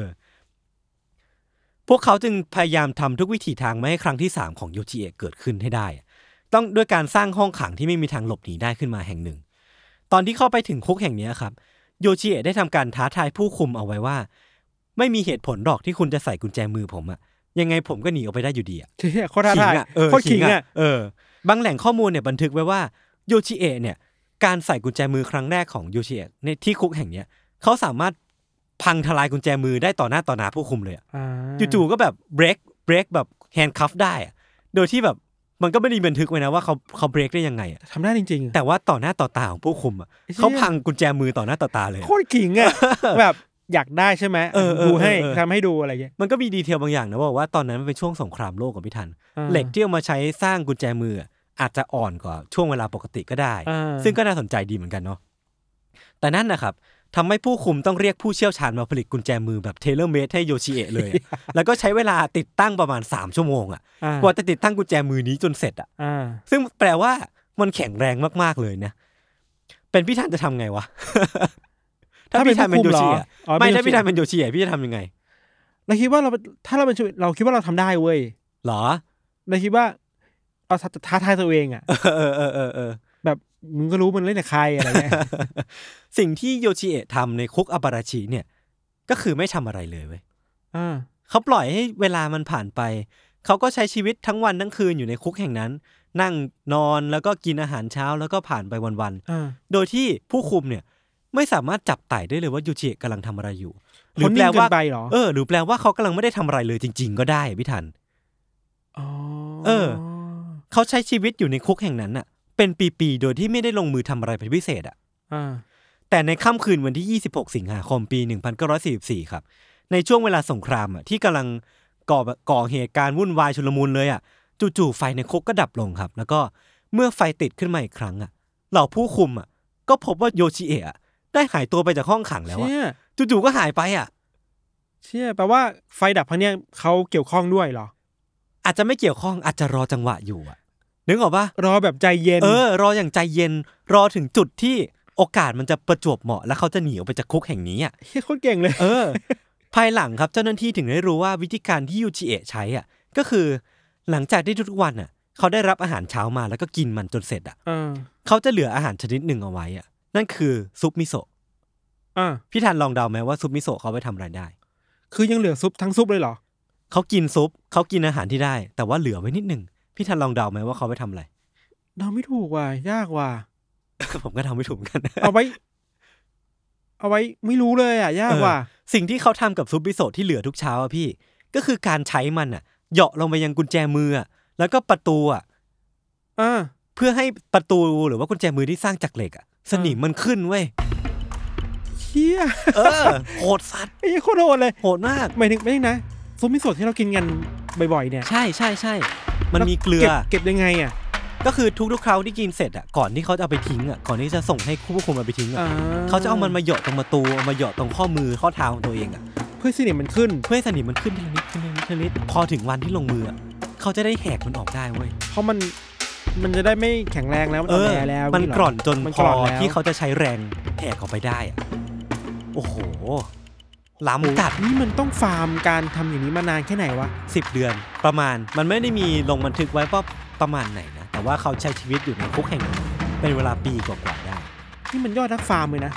S4: พวกเขาจึงพยายามทำทุกวิถีทางไม่ให้ครั้งที่3ของโยชิเอะเกิดขึ้นให้ได้ต้องด้วยการสร้างห้องขังที่ไม่มีทางหลบหนีได้ขึ้นมาแห่งหนึ่งตอนที่เข้าไปถึงคุกแห่งนี้ครับโยชิเอะได้ทำการท้าทายผู้คุมเอาไว้ว่าไม่มีเหตุผลหรอกที่คุณจะใส่กุญแจมือผมยังไงผมก็หนีออกไปได้อยู่ดี
S5: โคตรท้าทายโคตรขิง
S4: บางแหล่งข้อมูลเนี่ยบันทึกไว้ว่าโยชิเอะเนี่ยการใส่กุญแจมือครั้งแรกของโยชิเอะในที่คุกแห่งนี้เขาสามารถพังทลายกุญแจมือได้ต่อหน้าต่อตาผู้คุมเลยจู่ๆก็แบบเบรกแบบแฮนด์คัฟได้โดยที่แบบมันก็ไม่ได้บันทึกไว้นะว่าเขาเบรกได้ยังไง
S5: ทำได้จริง
S4: ๆแต่ว่าต่อหน้าต่อตาของผู้คุมเขาพังกุญแจมือต่อหน้าต่อตาเลย
S5: โคตรขิงแบบอยากได้ใช่ไหมดูให้ทำให้ดูอะไรเงี้ย
S4: มันก็มีดีเทลบางอย่างนะว่าตอนนั้นมันเป็นช่วงสงครามโลกกับพี่ทันเหล็กที่เอามาใช้สร้างกุญแจมืออาจจะอ่อนกว่าช่วงเวลาปกติก็ได้ซึ่งก็น่าสนใจดีเหมือนกันเนาะแต่นั่นนะครับทำให้ผู้คุมต้องเรียกผู้เชี่ยวชาญมาผลิตกุญแจมือแบบเทเลอร์เมดให้โยชิเอะเลยแล้วก็ใช้เวลาติดตั้งประมาณ3ชั่วโมงกว่าจะติดตั้งกุญแจมือนี้จนเสร็จซึ่งแปลว่ามันแข็งแรงมากๆเลยนะเป็นพี่ทันจะทำไงวะถ้าพี่ทันเป็นโยชิอะไม่ถ้าพี่ทันเป็นโยชิอะพี่จะทำยังไง
S5: เราคิดว่าถ้าเราเป็นเราคิดว่าเราทำได้เว้ย
S4: หรอ
S5: เราคิดว่าเราท้าทายตัวเองแบบมึงก็รู้มันเล่นกับใครอะไรเงี้ย
S4: สิ่งที่โยชิเอะทำในคุกอาบาราชิเนี่ยก็คือไม่ทำอะไรเลยเว้ยเขาปล่อยให้เวลามันผ่านไปเขาก็ใช้ชีวิตทั้งวันทั้งคืนอยู่ในคุกแห่งนั้นนั่งนอนแล้วก็กินอาหารเช้าแล้วก็ผ่านไปวันๆโดยที่ผู้คุมเนี่ยไม่สามารถจับไต่ได้เลยว่าโยชิเอะกำลังทำอะไรอยู่
S5: หรือแปลว่า
S4: หรือแปลว่าเขากำลังไม่ได้ทำอะไรเลยจริงๆก็ได้พี่ทันเขาใช้ชีวิตอยู่ในคุกแห่งนั้นเป็นปีๆโดยที่ไม่ได้ลงมือทำอะไรเป็นพิเศษแต่ในค่ำคืนวันที่26สิงหาคมปี1944ครับในช่วงเวลาสงครามที่กำลังก่อเหตุการณ์วุ่นวายชุลมุนเลยจู่ๆไฟในคุกก็ดับลงครับแล้วก็เมื่อไฟติดขึ้นมาอีกครั้งเหล่าผู้คุมก็พบว่าโยชิเอะได้หายตัวไปจากห้องขังแล้วจู่ๆก็หายไป
S5: เชี่ยแปลว่าไฟดับครั้งนี้เขาเกี่ยวข้องด้วยเหรอ
S4: อาจจะไม่เกี่ยวข้องอาจจะรอจังหวะอยู่นึกออกปะ
S5: รอแบบใจเย็น
S4: รออย่างใจเย็นรอถึงจุดที่โอกาสมันจะประจวบเหมาะแล้วเขาจะหนีออกไปจากคุกแห่งนี้
S5: เฮ้ยโคตรเก่งเลย
S4: ภายหลังครับเจ้าหน้าที่ถึงได้รู้ว่าวิธีการที่โยชิเอะใช้ก็คือหลังจากที่ทุกวันเขาได้รับอาหารเช้ามาแล้วก็กินมันจนเสร็จเขาจะเหลืออาหารชนิดหนึ่งเอาไว้นั่นคือซุปมิโซะพี่ทันลองเดาไหมว่าซุปมิโซะเขาไปทำอะไรได้
S5: คือยังเหลือซุปทั้งซุปเลยเหรอ
S4: เขากินซุปเขากินอาหารที่ได้แต่ว่าเหลือไว้นิดนึงพี่ทันลองเดาไหมว่าเขาไปทำอะไร
S5: เดาไม่ถูกว่ะยากว่ะ
S4: ผมก็เดาไม่ถูกกัน
S5: เอาไว้ไม่รู้เลยยากว่ะ
S4: สิ่งที่เขาทำกับซุปมิโซะที่เหลือทุกเช้าพี่ก็คือการใช้มันเหยาะลงไปยังกุญแจมือแล้วก็ประตูเพื่อให้ประตูหรือว่ากุญแจมือที่สร้างจากเหล็กอ่ะสนิมมันขึ้นเว้ย
S5: เหี้ย
S4: โหดสัตว์
S5: ไอ้โคตรโหดเลย
S4: โหดมาก
S5: หมายถึงไม่นะซุปมิโซะที่เรากินกันบ่อยๆเนี่ย
S4: ใช่ๆๆมันมีเกลือ
S5: เก็บยังไงอ่ะ
S4: ก็คือทุกๆคราวที่กินเสร็จอ่ะก่อนที่เขาจะเอาไปทิ้งอ่ะก่อนที่จะส่งให้ผู้คุมเอาไปทิ้งอ่ะเขาจะเอามันมาเหยาะตรงประตูเอามาเหยาะตรงข้อมือข้อเท้าของตัวเองอ่ะ
S5: เพื่อสนิมมันขึ้น
S4: ทีละนิดพอถึงวันที่ลงมือเขาจะได้แหกมันออกได้เว้ย
S5: เพราะมันจะได้ไม่แข็งแรงแล้วมันอ่อนแอแล้ว
S4: มันกร่อนจนพอที่เขาจะใช้แรงแหกออกไปได้อ่ะโอ้โหล้ำจัด
S5: นี่มันต้องฟาร์มการทำอย่างนี้มานานแค่ไหนวะ
S4: 10 เดือนประมาณมันไม่ได้มีลงบันทึกไว้ว่าประมาณไหนนะแต่ว่าเขาใช้ชีวิตอยู่ในคุกแห่งนี้เป็นเวลาปีกว่าๆได้
S5: นี่มันยอดนักฟาร์มเลยนะ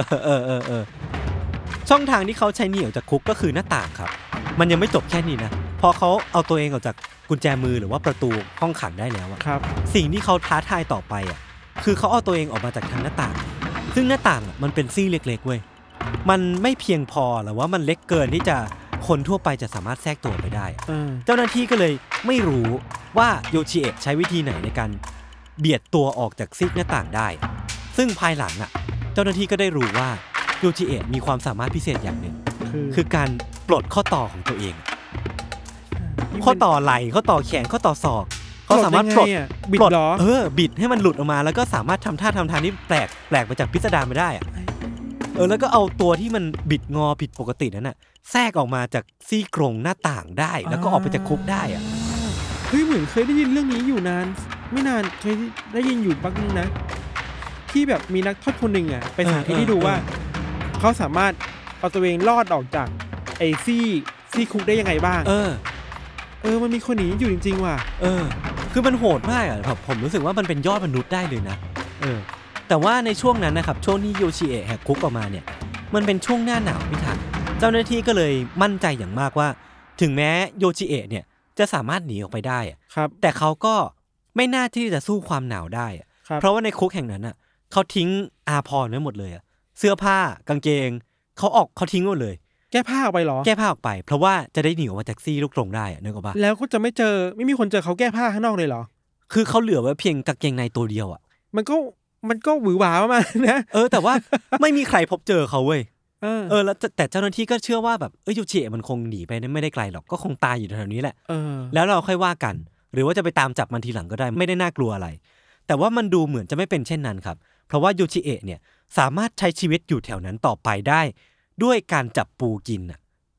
S4: ช่องทางที่เขาใช้หนีออกจากคุกก็คือหน้าต่างครับมันยังไม่จบแค่นี้นะพอเขาเอาตัวเองออกจากกุญแจมือหรือว่าประตูห้องขังได้แล้วอ่ะสิ่งที่เขาท้าทายต่อไปอ่ะคือเขาเอาตัวเองออกมาจากทางหน้าต่างซึ่งหน้าต่างอ่ะมันเป็นซี่เล็กๆเว้ยมันไม่เพียงพอหรือว่ามันเล็กเกินที่จะคนทั่วไปจะสามารถแทรกตัวไปได้เจ้าหน้าที่ก็เลยไม่รู้ว่าโยชิเอะใช้วิธีไหนในการเบียดตัวออกจากซี่หน้าต่างได้ซึ่งภายหลังอ่ะเจ้าหน้าที่ก็ได้รู้ว่าโยชิเอะมีความสามารถพิเศษอย่างหนึ่งคือการปลดข้อต่อของตัวเองข้อต่อไหล่ข้อต่อแขนข้อต่อศอกเขาสามารถปลดบิดให้มันหลุดออกมาแล้วก็สามารถทำท่าทางที่แปลกไปจากพิสดารไปได้อะแล้วก็เอาตัวที่มันบิดงอผิดปกตินั้นน่ะแทรกออกมาจากซี่โครงหน้าต่างได้แล้วก็ออกไปจากคุกได้อ่ะ
S5: เฮ้ยเหมือนเคยได้ยินเรื่องนี้อยู่นานไม่นานเคยได้ยินอยู่บ้างนึงนะที่แบบมีนักโทษคนนึงอ่ะไปสาธิตให้ดูว่าเขาสามารถเอาตัวเองรอดออกจากไอ้ซี่คุกได้ยังไงบ้างมันมีคนหนีอยู่จริงๆว่ะ
S4: คือมันโหดมากอ่ะผมรู้สึกว่ามันเป็นยอดมนุษย์ได้เลยนะแต่ว่าในช่วงนั้นนะครับช่วงที่โยชิเอะแหกคุกออกมาเนี่ยมันเป็นช่วงหน้าหนาวพี่ทันเจ้าหน้าที่ก็เลยมั่นใจอย่างมากว่าถึงแม้โยชิเอะเนี่ยจะสามารถหนีออกไปได้แต่เขาก็ไม่น่าที่จะสู้ความหนาวได้เพราะว่าในคุกแห่งนั้นอ่ะเขาทิ้งอาภรณ์ไว้หมดเลยอ่ะเสื้อผ้ากางเกงเขาทิ้งหมดเลย
S5: แก้ผ้าออกไปหรอ
S4: แก้ผ้าออกไปเพราะว่าจะได้หนีออกมาจากซี่ลูกกรงได้นึกออกป่ะ
S5: แล้วก็จะไม่มีคนเจอเขาแก้ผ้าข้างนอกเลยเหรอ
S4: คือเขาเหลือไว้เพียงกางเกงในตัวเดียวอ่ะ
S5: มันก็หวือหวามากนะ
S4: แต่ว่าไม่มีใครพบเจอเขาเว้ยแล้วแต่เจ้าหน้าที่ก็เชื่อว่าแบบโยชิเอะมันคงหนีไปไม่ได้ไกลหรอกก็คงตายอยู่แถวนี้แหละแล้วเราค่อยว่ากันหรือว่าจะไปตามจับมันทีหลังก็ได้ไม่ได้น่ากลัวอะไรแต่ว่ามันดูเหมือนจะไม่เป็นเช่นนั้นครับเพราะว่าโยชิเอะเนี่ยสามารถใช้ชีวิตอยู่แถวนั้นต่อไปได้ด้วยการจับปูกินอ่ะ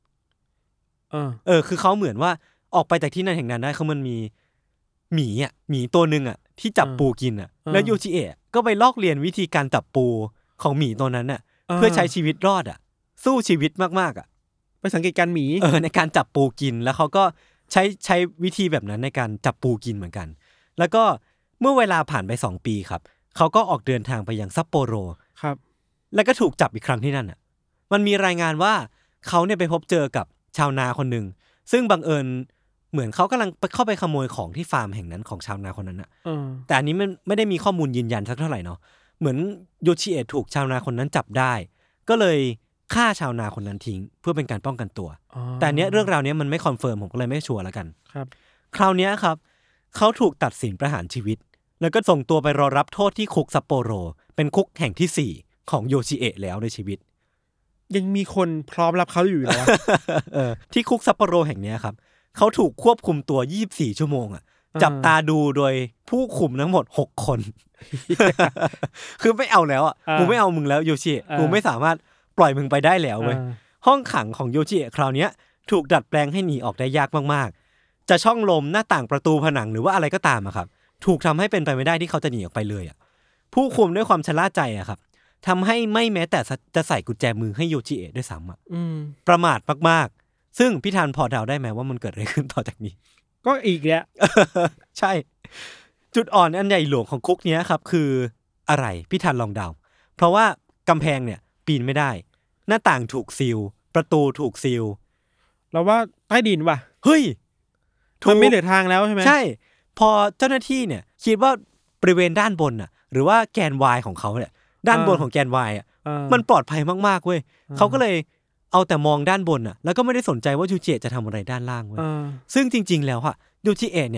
S4: คือเขาเหมือนว่าออกไปจากที่นั่นแห่งนั้นได้เขามันมีหมีตัวนึงอ่ะที่จับปูกินอ่ะแล้วโยชิเอะก็ไปลอกเรียนวิธีการจับปูของหมีตัวนั้นน่ะเพื่อใช้ชีวิตรอดอ่ะสู้ชีวิตมากๆอ่ะ
S5: ไปสังเกตการหมี
S4: ในการจับปูกินแล้วเขาก็ใช้วิธีแบบนั้นในการจับปูกินเหมือนกันแล้วก็เมื่อเวลาผ่านไป2 ปีครับเขาก็ออกเดินทางไปยังซัปโปโร
S5: ครับ
S4: แล้วก็ถูกจับอีกครั้งที่นั่นอ่ะมันมีรายงานว่าเขาเนี่ยไปพบเจอกับชาวนาคนนึงซึ่งบังเอิญเหมือนเขากำลังเข้าไปขโมยของที่ฟาร์มแห่งนั้นของชาวนาคนนั้นอ่ะแต่อันนี้มันไม่ได้มีข้อมูลยืนยันสักเท่าไหร่เนาะเหมือนโยชิเอะถูกชาวนาคนนั้นจับได้ก็เลยฆ่าชาวนาคนนั้นทิ้งเพื่อเป็นการป้องกันตัวแต่เนี้ยเรื่องราวนี้มันไม่คอนเฟิร์มผมก็เลยไม่ชัวร์แล้วกัน
S5: ครับ
S4: คราวนี้ครับเขาถูกตัดสินประหารชีวิตแล้วก็ส่งตัวไปรอรับโทษที่คุกซัปโปโรเป็นคุกแห่งที่4ของโยชิเอะแล้วในชีวิต
S5: ยังมีคนพร้อมรับเขาอยู่แล้ว
S4: ที่คุกซัปโปโรแห่งนี้ครับเขาถูกควบคุมตัว24 ชั่วโมงอ่ะจับตาดูโดยผู้คุมทั้งหมด6 คนคือไม่เอาแล้วอ่ะกูไม่เอามึงแล้วโยชิกูไม่สามารถปล่อยมึงไปได้แล้วเว้ยห้องขังของโยชิคราวนี้ถูกดัดแปลงให้หนีออกได้ยากมากๆจะช่องลมหน้าต่างประตูผนังหรือว่าอะไรก็ตามอะครับถูกทำให้เป็นไปไม่ได้ที่เขาจะหนีออกไปเลยอ่ะผู้คุมด้วยความชะล่าใจอะครับทำให้ไม่แม้แต่จะใส่กุญแจมือให้โยชิด้วยซ้ำอ่ะประมาทมากๆซึ่งพี่ธันพอเดาได้ไหมว่ามันเกิดอะไรขึ้นต่อจากนี้
S5: ก็อีกแล้ว
S4: ใช่จุดอ่อนอันใหญ่หลวงของคุกนี้ครับคืออะไรพี่ธันลองเดาเพราะว่ากำแพงเนี่ยปีนไม่ได้หน้าต่างถูกซีลประตูถูกซีล
S5: เราว่าใต้ดินว่ะ
S4: เฮ้ย
S5: มันไม่เหลือทางแล้วใช่ไหม
S4: ใช่พอเจ้าหน้าที่เนี่ยคิดว่าบริเวณด้านบนน่ะหรือว่าแกน Y ของเขาเนี่ยด้านบนของแกน Y อ่ะมันปลอดภัยมากๆเว้ยเขาก็เลยเอาแต่มองด้านบนน่ะแล้วก็ไม่ได้สนใจว่ายูจิเอะจะทำอะไรด้านล่างเว้ยซึ่งจริงๆแล้วอะยูจิเอะเนี่ย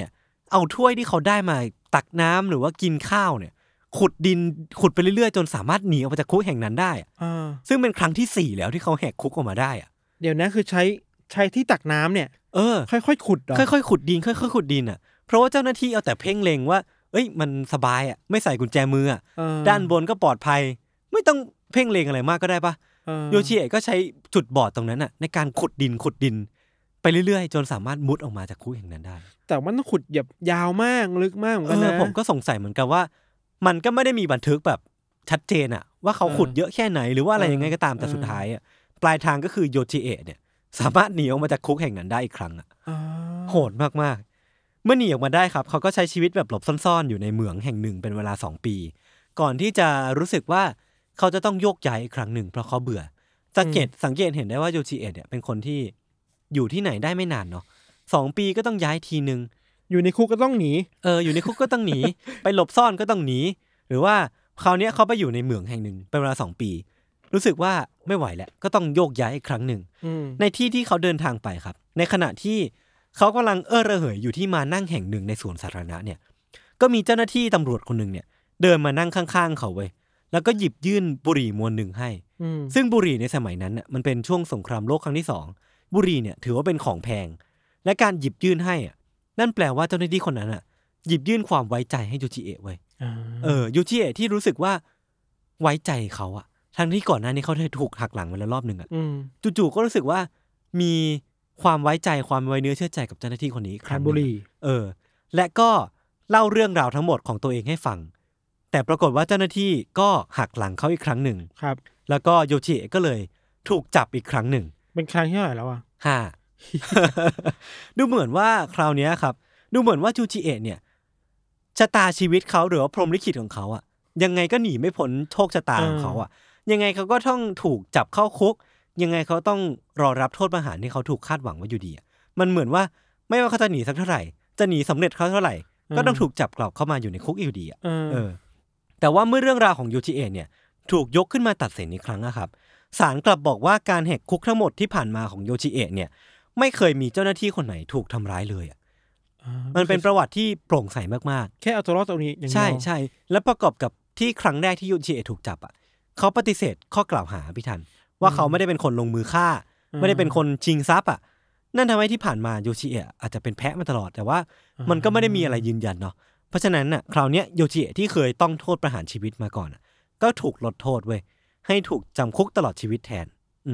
S4: เอาถ้วยที่เขาได้มาตักน้ำหรือว่ากินข้าวเนี่ยขุดดินขุดไปเรื่อยๆจนสามารถหนีออกมาจากคุกแห่งนั้นได้ซึ่งเป็นครั้งที่4แล้วที่เขาแหกคุกออกมาได้อ่ะ
S5: เดี๋ยวนะคือใช้ที่ตักน้ำเนี่ยค่อยๆขุดเหรอ
S4: ค่อยๆขุดดินค่อยๆขุดดินอ่ะเพราะว่าเจ้าหน้าที่เอาแต่เพ่งเล็งว่าเอ้ยมันสบายอ่ะไม่ใส่กุญแจมืออ่ะด้านบนก็ปลอดภัยไม่ต้องเพ่งเล็งอะไรมากก็ได้ปะโยชิเอะก็ใช้จุดบอดตรงนั้นอ่ะในการขุดดินไปเรื่อยๆจนสามารถมุดออกมาจากคุกแห่งนั้นได้
S5: แต่มันต้องขุดแบบยาวมากลึกมากเหมือนกันนะ
S4: ผมก็สงสัยเหมือนกันว่ามันก็ไม่ได้มีบันทึกแบบชัดเจนอ่ะว่าเขาขุดเยอะแค่ไหนหรือว่าอะไรยังไงก็ตามแต่สุดท้ายอ่ะปลายทางก็คือโยชิเอะเนี่ยสามารถหนีออกมาจากคุกแห่งนั้นได้อีกครั้งอ่ะโหดมากๆเมื่อหนีออกมาได้ครับเขาก็ใช้ชีวิตแบบหลบซ่อนๆอยู่ในเหมืองแห่งหนึ่งเป็นเวลา2 ปีก่อนที่จะรู้สึกว่าเขาจะต้องโยกย้ายอีกครั้งหนึ่งเพราะเขาเบื่อสังเกตเห็นได้ว่าโยชิเอะเนี่ยเป็นคนที่อยู่ที่ไหนได้ไม่นานเนาะ2 ปีก็ต้องย้ายทีนึง
S5: อยู่ในคุกก็ต้องหนี
S4: อยู่ในคุกก็ต้องหนีไปหลบซ่อนก็ต้องหนีหรือว่าคราวนี้เขาไปอยู่ในเหมืองแห่งหนึ่งเป็นเวลา2 ปีรู้สึกว่าไม่ไหวแล้วก็ต้องโยกย้ายอีกครั้งหนึ่งในที่เขาเดินทางไปครับในขณะที่เขากำลังระเหยอยู่ที่มานั่งแห่งหนึ่งในสวนสาธารณะเนี่ยก็มีเจ้าหน้าที่ตำรวจคนนึงเนี่ยเดินมานั่งข้างๆเขาเว้ยแล้วก็หยิบยื่นบุหรี่มวนหนึ่งให้ซึ่งบุหรี่ในสมัยนั้นน่ะมันเป็นช่วงสงครามโลกครั้งที่2บุหรี่เนี่ยถือว่าเป็นของแพงและการหยิบยื่นให้อ่ะนั่นแปลว่าเจ้าหน้าที่คนนั้นอ่ะหยิบยื่นความไว้ใจให้โยชิเอะเว้ยโยชิเอะที่รู้สึกว่าไว้ใจเขาอ่ะทั้งที่ก่อนหน้านี้เขาถูกหักหลังมาแล้วรอบนึงอ่ะจู่ๆก็รู้สึกว่ามีความไว้ใจความไว้เนื้อเชื่อใจกับเจ้าหน้าที่คนนี้ครั้งบุหรี่และก็เล่าเรื่องราวทั้งหมดของตัวเองให้ฟังแต่ปรากฏว่าเจ้าหน้าที่ก็หักหลังเขาอีกครั้งหนึ่ง
S5: ครับ
S4: แล้วก็โยชิเอะก็เลยถูกจับอีกครั้งหนึ่ง
S5: เป็นครั้งที่เท่าไหร่แล้วอ่ะ
S4: 5 ดูเหมือนว่าคราวนี้ครับดูเหมือนว่าโยชิเอะเนี่ยชะตาชีวิตเขาหรือว่าพรหมลิขิตของเขาอ่ะยังไงก็หนีไม่พ้นโชคชะตาของเขาอ่ะยังไงเขาก็ต้องถูกจับเข้าคุกยังไงเขาต้องรอรับโทษประหารที่เขาถูกคาดหวังไว้อยู่ดีมันเหมือนว่าไม่ว่าเขาจะหนีสักเท่าไหร่จะหนีสำเร็จเท่าไหร่ก็ต้องถูกจับกลับเข้ามาอยู่ในคุกอยู่ดีอ่ะแต่ว่าเมื่อเรื่องราวของโยชิเอะเนี่ยถูกยกขึ้นมาตัดสินอีกครั้งนะครับศาลกลับบอกว่าการแหกคุกทั้งหมดที่ผ่านมาของโยชิเอะเนี่ยไม่เคยมีเจ้าหน้าที่คนไหนถูกทำร้ายเลยอ่ะมันเป็นประวัติที่โปร่งใสมาก
S5: ๆแค่เอาตัวรอดตรงนี้อย่างเดียว
S4: ใช่แล้วประกอบกับที่ครั้งแรกที่โยชิเอะถูกจับอ่ะเขาปฏิเสธข้อกล่าวหาพี่ทันว่าเขาไม่ได้เป็นคนลงมือฆ่าไม่ได้เป็นคนชิงทรัพย์อ่ะนั่นทำให้ที่ผ่านมาโยชิเอะอาจจะเป็นแพะมาตลอดแต่ว่ามันก็ไม่ได้มีอะไรยืนยันเนาะเพราะฉะนั้นน่ะคราวนี้โยชิเอะที่เคยต้องโทษประหารชีวิตมาก่อนก็ถูกลดโทษเว้ยให้ถูกจำคุกตลอดชีวิตแทน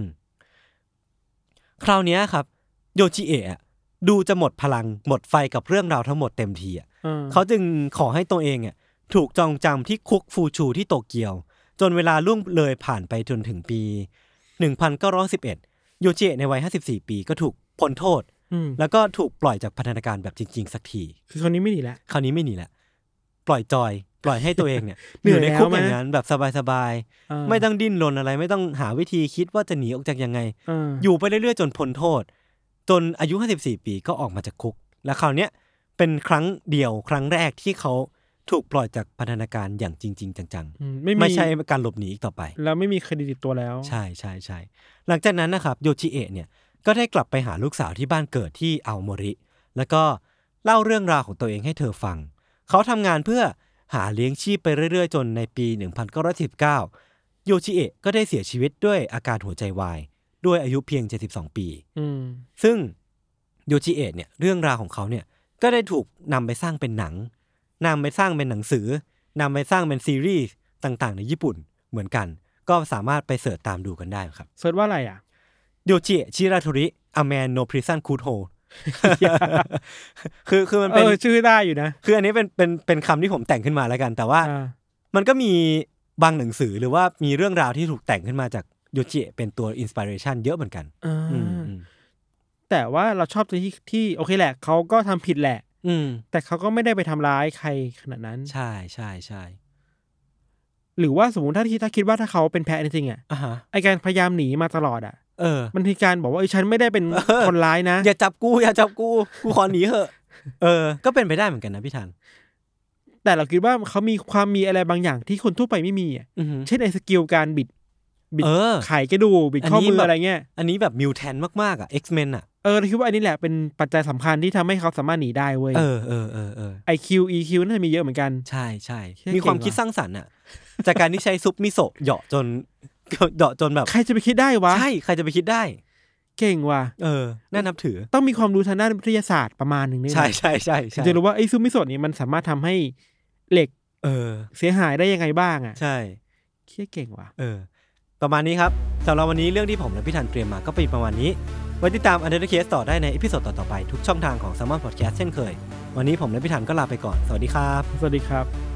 S4: คราวนี้ครับโยชิเอะดูจะหมดพลังหมดไฟกับเรื่องราวทั้งหมดเต็มทีเขาจึงขอให้ตัวเองถูกจองจำที่คุกฟูชูที่โตเกียวจนเวลาล่วงเลยผ่านไปจนถึงปี1911โยชิเอะในวัย54 ปีก็ถูกพ้นโทษแล้วก็ถูกปล่อยจากพันธนาการแบบจริงๆสักที
S5: คือคราวนี้ไม่หนี
S4: แล้วปล่อยจอยปล่อยให้ตัวเองเนี่ย อยู่ในคุกอย่างนั้นแบบสบายๆไม่ต้องดิ้นรนอะไรไม่ต้องหาวิธีคิดว่าจะหนีออกจากยังไงอยู่ไปเรื่อยๆจนพ้นโทษจนอายุ54 ปีก็ออกมาจากคุกและคราวนี้เป็นครั้งเดียวครั้งแรกที่เขาถูกปล่อยจากพันธนาการอย่างจริงๆจังๆไม่ใช่การหลบหนีอีกต่อไป
S5: แล้วไม่มีเครดิตติดตัวแล้ว
S4: ใช่หลังจากนั้นนะครับโยชิเอะเนี่ยก็ได้กลับไปหาลูกสาวที่บ้านเกิดที่อัลโมริแล้วก็เล่าเรื่องราวของตัวเองให้เธอฟังเขาทำงานเพื่อหาเลี้ยงชีพไปเรื่อยๆจนในปี1919โยชิเอะก็ได้เสียชีวิตด้วยอาการหัวใจวายด้วยอายุเพียง72 ปีซึ่งโยชิเอะเนี่ยเรื่องราวของเขาเนี่ยก็ได้ถูกนำไปสร้างเป็นหนังนำไปสร้างเป็นหนังสือนำไปสร้างเป็นซีรีส์ต่างๆในญี่ปุ่นเหมือนกันก็สามารถไปเสิร์ชตามดูกันได้ครับ
S5: เสิร์ชว่าอะไร
S4: โยชิชิราโทริ A Man No Prison Could Hold คือมันเป็น
S5: ชื่อได้อยู่นะ
S4: คืออันนี้เป็นคำที่ผมแต่งขึ้นมาแล้วกันแต่ว่ามันก็มีบางหนังสือหรือว่ามีเรื่องราวที่ถูกแต่งขึ้นมาจากโยชิเป็นตัวอินสปิเรชันเยอะเหมือนกัน
S5: แต่ว่าเราชอบที่โอเคแหละเขาก็ทำผิดแหละแต่เขาก็ไม่ได้ไปทำร้ายใครขนาดนั้น
S4: ใช่
S5: หรือว่าสมมติถ้าคิดว่าถ้าเขาเป็นแพ้จริงๆไอการพยายามหนีมาตลอดมันคือการบอกว่าฉันไม่ได้เป็นคนร้ายนะ
S4: อย่าจับกูขอหนีเถอะก็เป็นไปได้เหมือนกันนะพี่ธัน
S5: แต่เราคิดว่าเขามีอะไรบางอย่างที่คนทั่วไปไม่มีเช่นไอสกิลการบิดไขกระดูกบิดข้อมืออะไรเงี้ย
S4: อันนี้แบบมิวแทนมากๆX-Men
S5: เราคิดว่าอันนี้แหละเป็นปัจจัยสำคัญที่ทำให้เขาสามารถหนีได้เว้ยIQ EQ น่าจะมีเยอะเหมือนกัน
S4: ใช่มีความคิดสร้างสรรค์อ่ะจากการที่ใช้ซุปมิโซะเหยาะจนแบบ
S5: ใครจะไปคิดได้วะ
S4: ใช่ใครจะไปคิดได้
S5: เก่งว่ะ
S4: น่านับถือ
S5: ต้องมีความรู้ทางด้านวิทยาศาสตร์ประมาณนึง
S4: ใช่
S5: จะรู้ว่าไอ้ซุปมิโซะนี้มันสามารถทำให้เหล็กเสียหายได้ยังไงบ้างอ่ะ
S4: ใช่
S5: เก่งว่ะ
S4: ประมาณนี้ครับสำหรับวันนี้เรื่องที่ผมและพี่ธันเตรียมมาก็เป็นประมาณนี้ไว้ติดตาม Untitled Case ต่อได้ในเอพิโซดต่อๆไปทุกช่องทางของ Salmon Podcast เช่นเคยวันนี้ผมและพี่ธันก็ลาไปก่อนสวัสดีครับ
S5: สวัสดีครับ